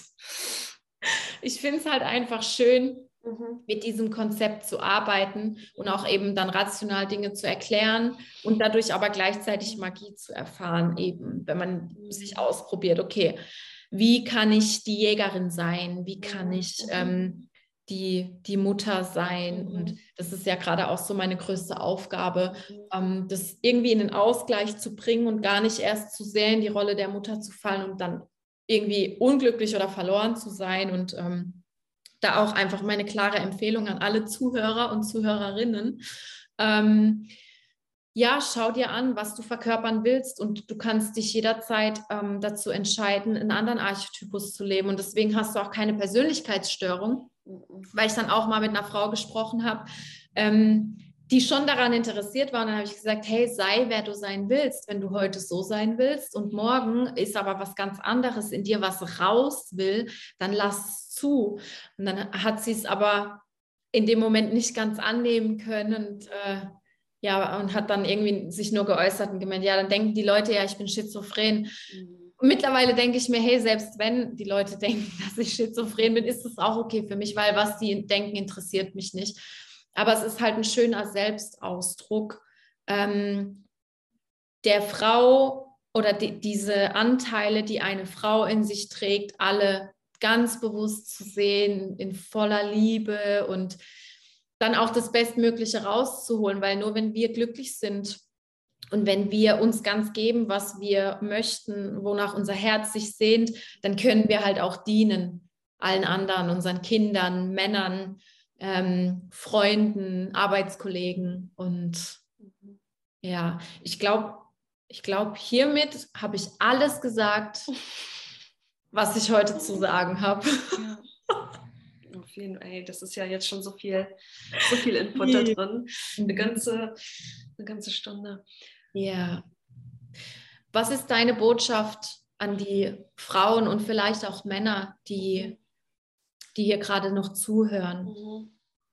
Ich finde es halt einfach schön, mhm. mit diesem Konzept zu arbeiten und auch eben dann rational Dinge zu erklären und dadurch aber gleichzeitig Magie zu erfahren, eben, wenn man sich ausprobiert, okay, wie kann ich die Jägerin sein, wie kann ich ähm, die, die Mutter sein, und das ist ja gerade auch so meine größte Aufgabe, ähm, das irgendwie in den Ausgleich zu bringen und gar nicht erst zu sehr in die Rolle der Mutter zu fallen und dann irgendwie unglücklich oder verloren zu sein. Und ähm, da auch einfach meine klare Empfehlung an alle Zuhörer und Zuhörerinnen. Ähm, ja, schau dir an, was du verkörpern willst, und du kannst dich jederzeit ähm, dazu entscheiden, einen anderen Archetypus zu leben. Und deswegen hast du auch keine Persönlichkeitsstörung, weil ich dann auch mal mit einer Frau gesprochen habe, ähm, die schon daran interessiert war. Und dann habe ich gesagt, hey, sei, wer du sein willst, wenn du heute so sein willst und morgen ist aber was ganz anderes in dir, was raus will, dann lass es zu. Und dann hat sie es aber in dem Moment nicht ganz annehmen können und äh, ja, und hat dann irgendwie sich nur geäußert und gemeint, ja, dann denken die Leute, ja, ich bin schizophren. Mhm. Mittlerweile denke ich mir, hey, selbst wenn die Leute denken, dass ich schizophren bin, ist das auch okay für mich, weil was die denken, interessiert mich nicht. Aber es ist halt ein schöner Selbstausdruck ähm, der Frau oder die, diese Anteile, die eine Frau in sich trägt, alle ganz bewusst zu sehen, in voller Liebe und dann auch das Bestmögliche rauszuholen, weil nur wenn wir glücklich sind und wenn wir uns ganz geben, was wir möchten, wonach unser Herz sich sehnt, dann können wir halt auch dienen allen anderen, unseren Kindern, Männern, ähm, Freunden, Arbeitskollegen. Und ja, ich glaube, ich glaube, hiermit habe ich alles gesagt, was ich heute zu sagen habe. Ja. Auf jeden Fall, ey, das ist ja jetzt schon so viel, so viel Input da drin. Eine ganze, eine ganze Stunde. Ja. Was ist deine Botschaft an die Frauen und vielleicht auch Männer, die, die hier gerade noch zuhören?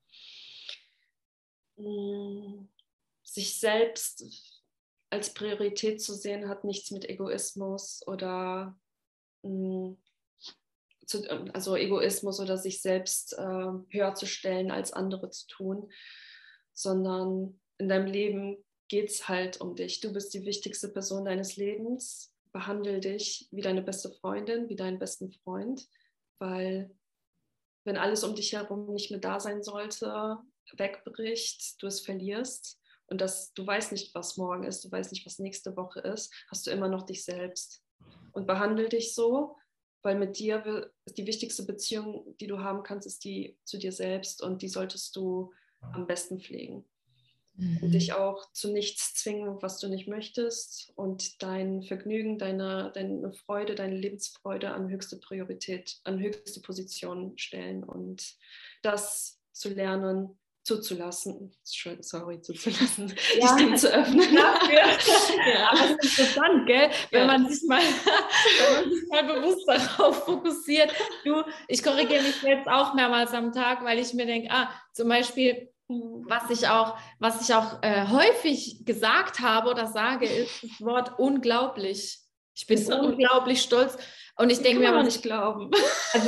Mhm. Sich selbst als Priorität zu sehen, hat nichts mit Egoismus oder mh, zu, also Egoismus oder sich selbst äh, höher zu stellen als andere zu tun, sondern in deinem Leben geht es halt um dich. Du bist die wichtigste Person deines Lebens. Behandle dich wie deine beste Freundin, wie deinen besten Freund, weil wenn alles um dich herum nicht mehr da sein sollte, wegbricht, du es verlierst und das, du weißt nicht, was morgen ist, du weißt nicht, was nächste Woche ist, hast du immer noch dich selbst. Und behandle dich so, weil mit dir ist die wichtigste Beziehung, die du haben kannst, ist die zu dir selbst, und die solltest du am besten pflegen. Mhm. Und dich auch zu nichts zwingen, was du nicht möchtest, und dein Vergnügen, deine, deine Freude, deine Lebensfreude an höchste Priorität, an höchste Position stellen und das zu lernen, zuzulassen, sorry, zuzulassen, ja. Die Dinge zu öffnen. Ja, aber es ist interessant, gell? Wenn, ja. man sich mal, wenn man sich mal bewusst darauf fokussiert. Du, ich korrigiere mich jetzt auch mehrmals am Tag, weil ich mir denke, ah, zum Beispiel, was ich auch, was ich auch äh, häufig gesagt habe oder sage, ist das Wort unglaublich. Ich bin unglaublich stolz. Und ich denke mir, kann man nicht glauben. Also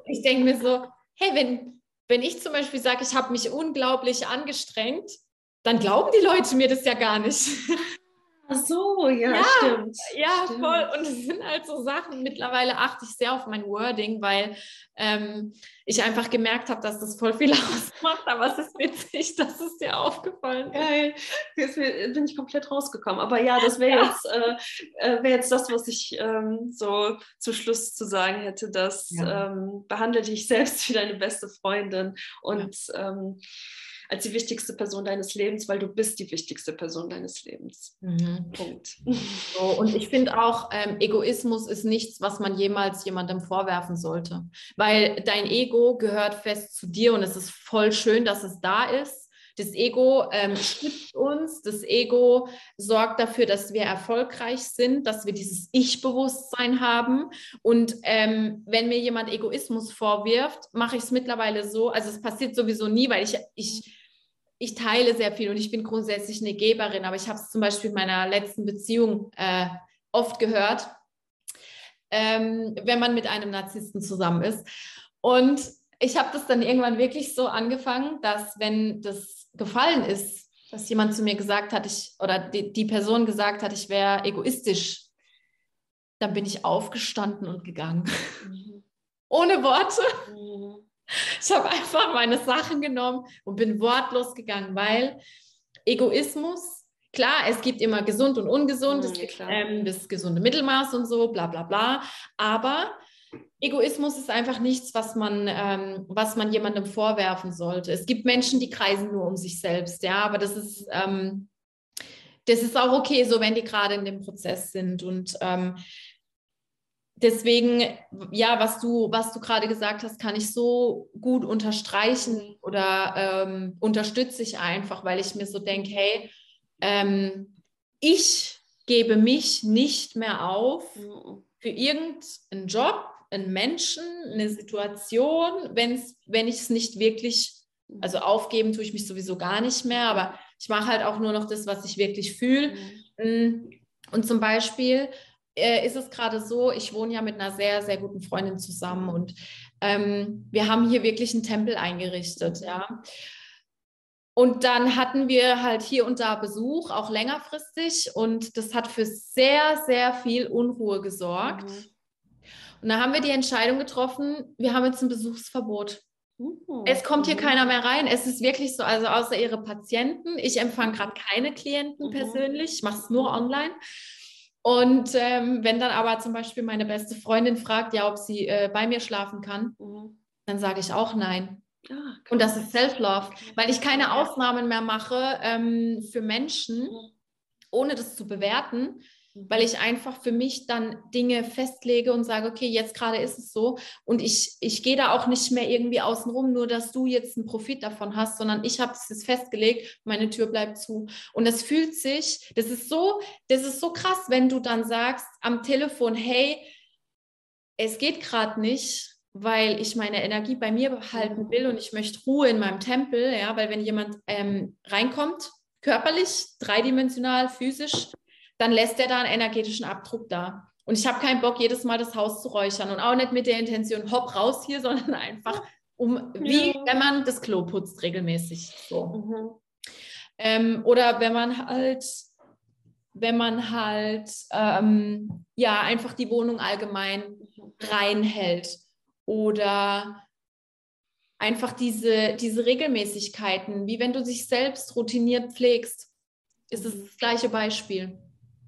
ich denke mir so, hey, wenn, wenn ich zum Beispiel sage, ich habe mich unglaublich angestrengt, dann glauben die Leute mir das ja gar nicht. Ach so, ja, Ja, stimmt. ja, stimmt. voll. Und es sind halt so Sachen, mittlerweile achte ich sehr auf mein Wording, weil ähm, ich einfach gemerkt habe, dass das voll viel ausmacht. Aber es ist witzig, dass es dir aufgefallen ist. Geil, jetzt bin ich komplett rausgekommen. Aber ja, das wäre Ja. jetzt, äh, wär jetzt das, was ich ähm, so zu Schluss zu sagen hätte, dass Ja. ähm, behandle dich selbst wie deine beste Freundin und Ja. ähm, als die wichtigste Person deines Lebens, weil du bist die wichtigste Person deines Lebens. Mhm. Punkt. So, und ich finde auch, ähm, Egoismus ist nichts, was man jemals jemandem vorwerfen sollte. Weil dein Ego gehört fest zu dir und es ist voll schön, dass es da ist. Das Ego ähm, schützt uns, das Ego sorgt dafür, dass wir erfolgreich sind, dass wir dieses Ich-Bewusstsein haben. Und ähm, wenn mir jemand Egoismus vorwirft, mache ich es mittlerweile so, also es passiert sowieso nie, weil ich, ich ich teile sehr viel und ich bin grundsätzlich eine Geberin, aber ich habe es zum Beispiel in meiner letzten Beziehung äh, oft gehört, ähm, wenn man mit einem Narzissten zusammen ist. Und ich habe das dann irgendwann wirklich so angefangen, dass wenn das gefallen ist, dass jemand zu mir gesagt hat, ich, oder die, die Person gesagt hat, ich wäre egoistisch, dann bin ich aufgestanden und gegangen. Mhm. Ohne Worte. Mhm. Ich habe einfach meine Sachen genommen und bin wortlos gegangen, weil Egoismus, klar, es gibt immer gesund und ungesund, mhm, es gibt ähm, das gesunde Mittelmaß und so, bla bla bla, aber Egoismus ist einfach nichts, was man, ähm, was man jemandem vorwerfen sollte. Es gibt Menschen, die kreisen nur um sich selbst, ja, aber das ist, ähm, das ist auch okay, so wenn die gerade in dem Prozess sind und ähm, deswegen, ja, was du, was du gerade gesagt hast, kann ich so gut unterstreichen oder ähm, unterstütze ich einfach, weil ich mir so denke, hey, ähm, ich gebe mich nicht mehr auf für irgendeinen Job, einen Menschen, eine Situation, wenn's, wenn ich es nicht wirklich, also aufgeben tue ich mich sowieso gar nicht mehr, aber ich mache halt auch nur noch das, was ich wirklich fühle. Und zum Beispiel ist es gerade so, ich wohne ja mit einer sehr, sehr guten Freundin zusammen und ähm, wir haben hier wirklich einen Tempel eingerichtet, ja. Und dann hatten wir halt hier und da Besuch, auch längerfristig und das hat für sehr, sehr viel Unruhe gesorgt. Mhm. Und da haben wir die Entscheidung getroffen, wir haben jetzt ein Besuchsverbot. Mhm. Es kommt hier mhm. keiner mehr rein. Es ist wirklich so, also außer ihre Patienten. Ich empfange gerade keine Klienten mhm. persönlich, ich mache es nur online. Und ähm, wenn dann aber zum Beispiel meine beste Freundin fragt, ja, ob sie äh, bei mir schlafen kann, mhm. dann sage ich auch nein. Ah, und das ist Self-Love, weil ich keine Ausnahmen mehr mache ähm, für Menschen, mhm. ohne das zu bewerten, mhm. weil ich einfach für mich dann Dinge festlege und sage, okay, jetzt gerade ist es so und ich, ich gehe da auch nicht mehr irgendwie außen rum, nur dass du jetzt einen Profit davon hast, sondern ich habe es jetzt festgelegt, meine Tür bleibt zu. Und das fühlt sich, das ist so, das ist so krass, wenn du dann sagst am Telefon, hey, es geht gerade nicht, weil ich meine Energie bei mir behalten will und ich möchte Ruhe in meinem Tempel, ja, weil wenn jemand ähm, reinkommt, körperlich, dreidimensional, physisch, dann lässt er da einen energetischen Abdruck da. Und ich habe keinen Bock, jedes Mal das Haus zu räuchern und auch nicht mit der Intention, hopp, raus hier, sondern einfach, um, wie ja. wenn man das Klo putzt regelmäßig. So. Mhm. Ähm, oder wenn man halt wenn man halt ähm, ja einfach die Wohnung allgemein reinhält oder einfach diese, diese Regelmäßigkeiten, wie wenn du dich selbst routiniert pflegst, ist es das gleiche Beispiel.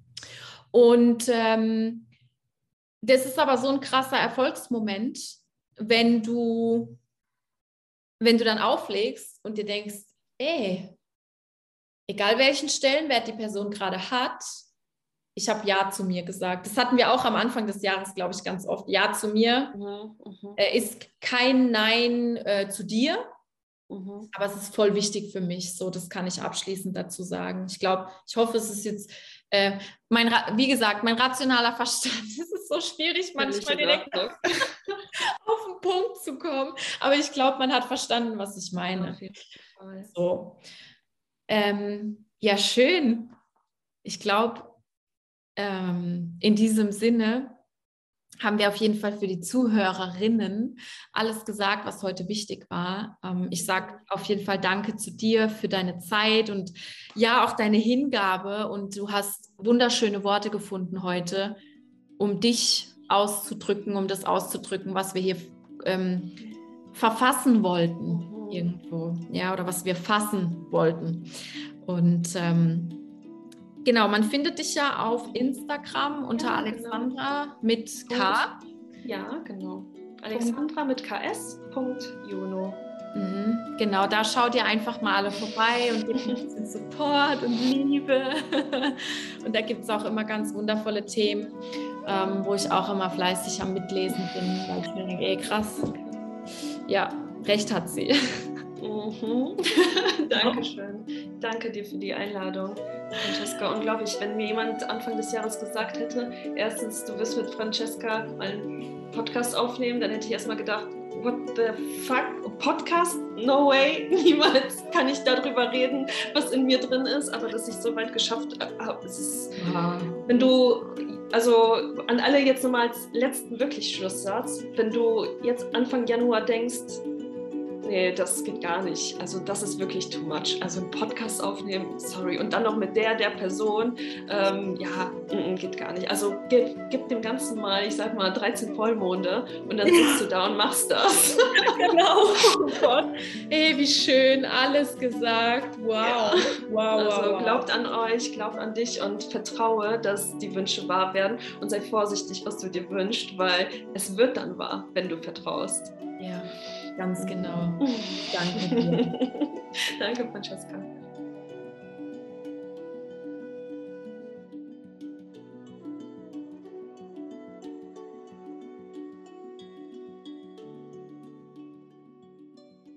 Und ähm, das ist aber so ein krasser Erfolgsmoment, wenn du, wenn du dann auflegst und dir denkst, ey, egal welchen Stellenwert die Person gerade hat, ich habe Ja zu mir gesagt. Das hatten wir auch am Anfang des Jahres, glaube ich, ganz oft. Ja zu mir mhm, äh, ist kein Nein äh, zu dir, mhm. aber es ist voll wichtig für mich. So, das kann ich abschließend dazu sagen. Ich glaube, ich hoffe, es ist jetzt, äh, mein, wie gesagt, mein rationaler Verstand. Es ist so schwierig, manchmal direkt auf, auf den Punkt zu kommen. Aber ich glaube, man hat verstanden, was ich meine. Auf jeden Fall. So. Ähm, ja, schön. Ich glaube, Ähm, in diesem Sinne haben wir auf jeden Fall für die Zuhörerinnen alles gesagt, was heute wichtig war. Ähm, ich sage auf jeden Fall Danke zu dir für deine Zeit und ja, auch deine Hingabe. Und du hast wunderschöne Worte gefunden heute, um dich auszudrücken, um das auszudrücken, was wir hier ähm, verfassen wollten irgendwo, ja, oder was wir fassen wollten. Und ähm, genau, man findet dich ja auf Instagram unter ja, Alexandra genau. mit K. Ja, genau. Alexandra mit K S. Juno. Mhm, genau, da schaut ihr einfach mal alle vorbei und gebt ein bisschen Support und Liebe. Und da gibt es auch immer ganz wundervolle Themen, ähm, wo ich auch immer fleißig am Mitlesen bin, weil ich mir denke, ey krass, ja, recht hat sie. Mhm. Dankeschön. Danke dir für die Einladung, Francesca. Unglaublich, wenn mir jemand Anfang des Jahres gesagt hätte, erstens, du wirst mit Francesca mal einen Podcast aufnehmen, dann hätte ich erstmal gedacht, what the fuck? Podcast? No way. Niemals kann ich darüber reden, was in mir drin ist. Aber dass ich es so weit geschafft habe, es ist, ja. Wenn du, also an alle jetzt nochmal als letzten wirklich Schlusssatz, wenn du jetzt Anfang Januar denkst, nee, das geht gar nicht. Also das ist wirklich too much. Also einen Podcast aufnehmen, sorry. Und dann noch mit der, der Person, ähm, ja, n -n, geht gar nicht. Also gib, gib dem Ganzen mal, ich sag mal, dreizehn Vollmonde und dann sitzt du da und machst das. Genau. Oh Gott. Ey, wie schön, alles gesagt. Wow. Ja. Wow, also wow, glaubt wow. an euch, glaubt an dich und vertraue, dass die Wünsche wahr werden und sei vorsichtig, was du dir wünschst, weil es wird dann wahr, wenn du vertraust. Ja. Ganz genau. Danke dir. Danke, Francesca.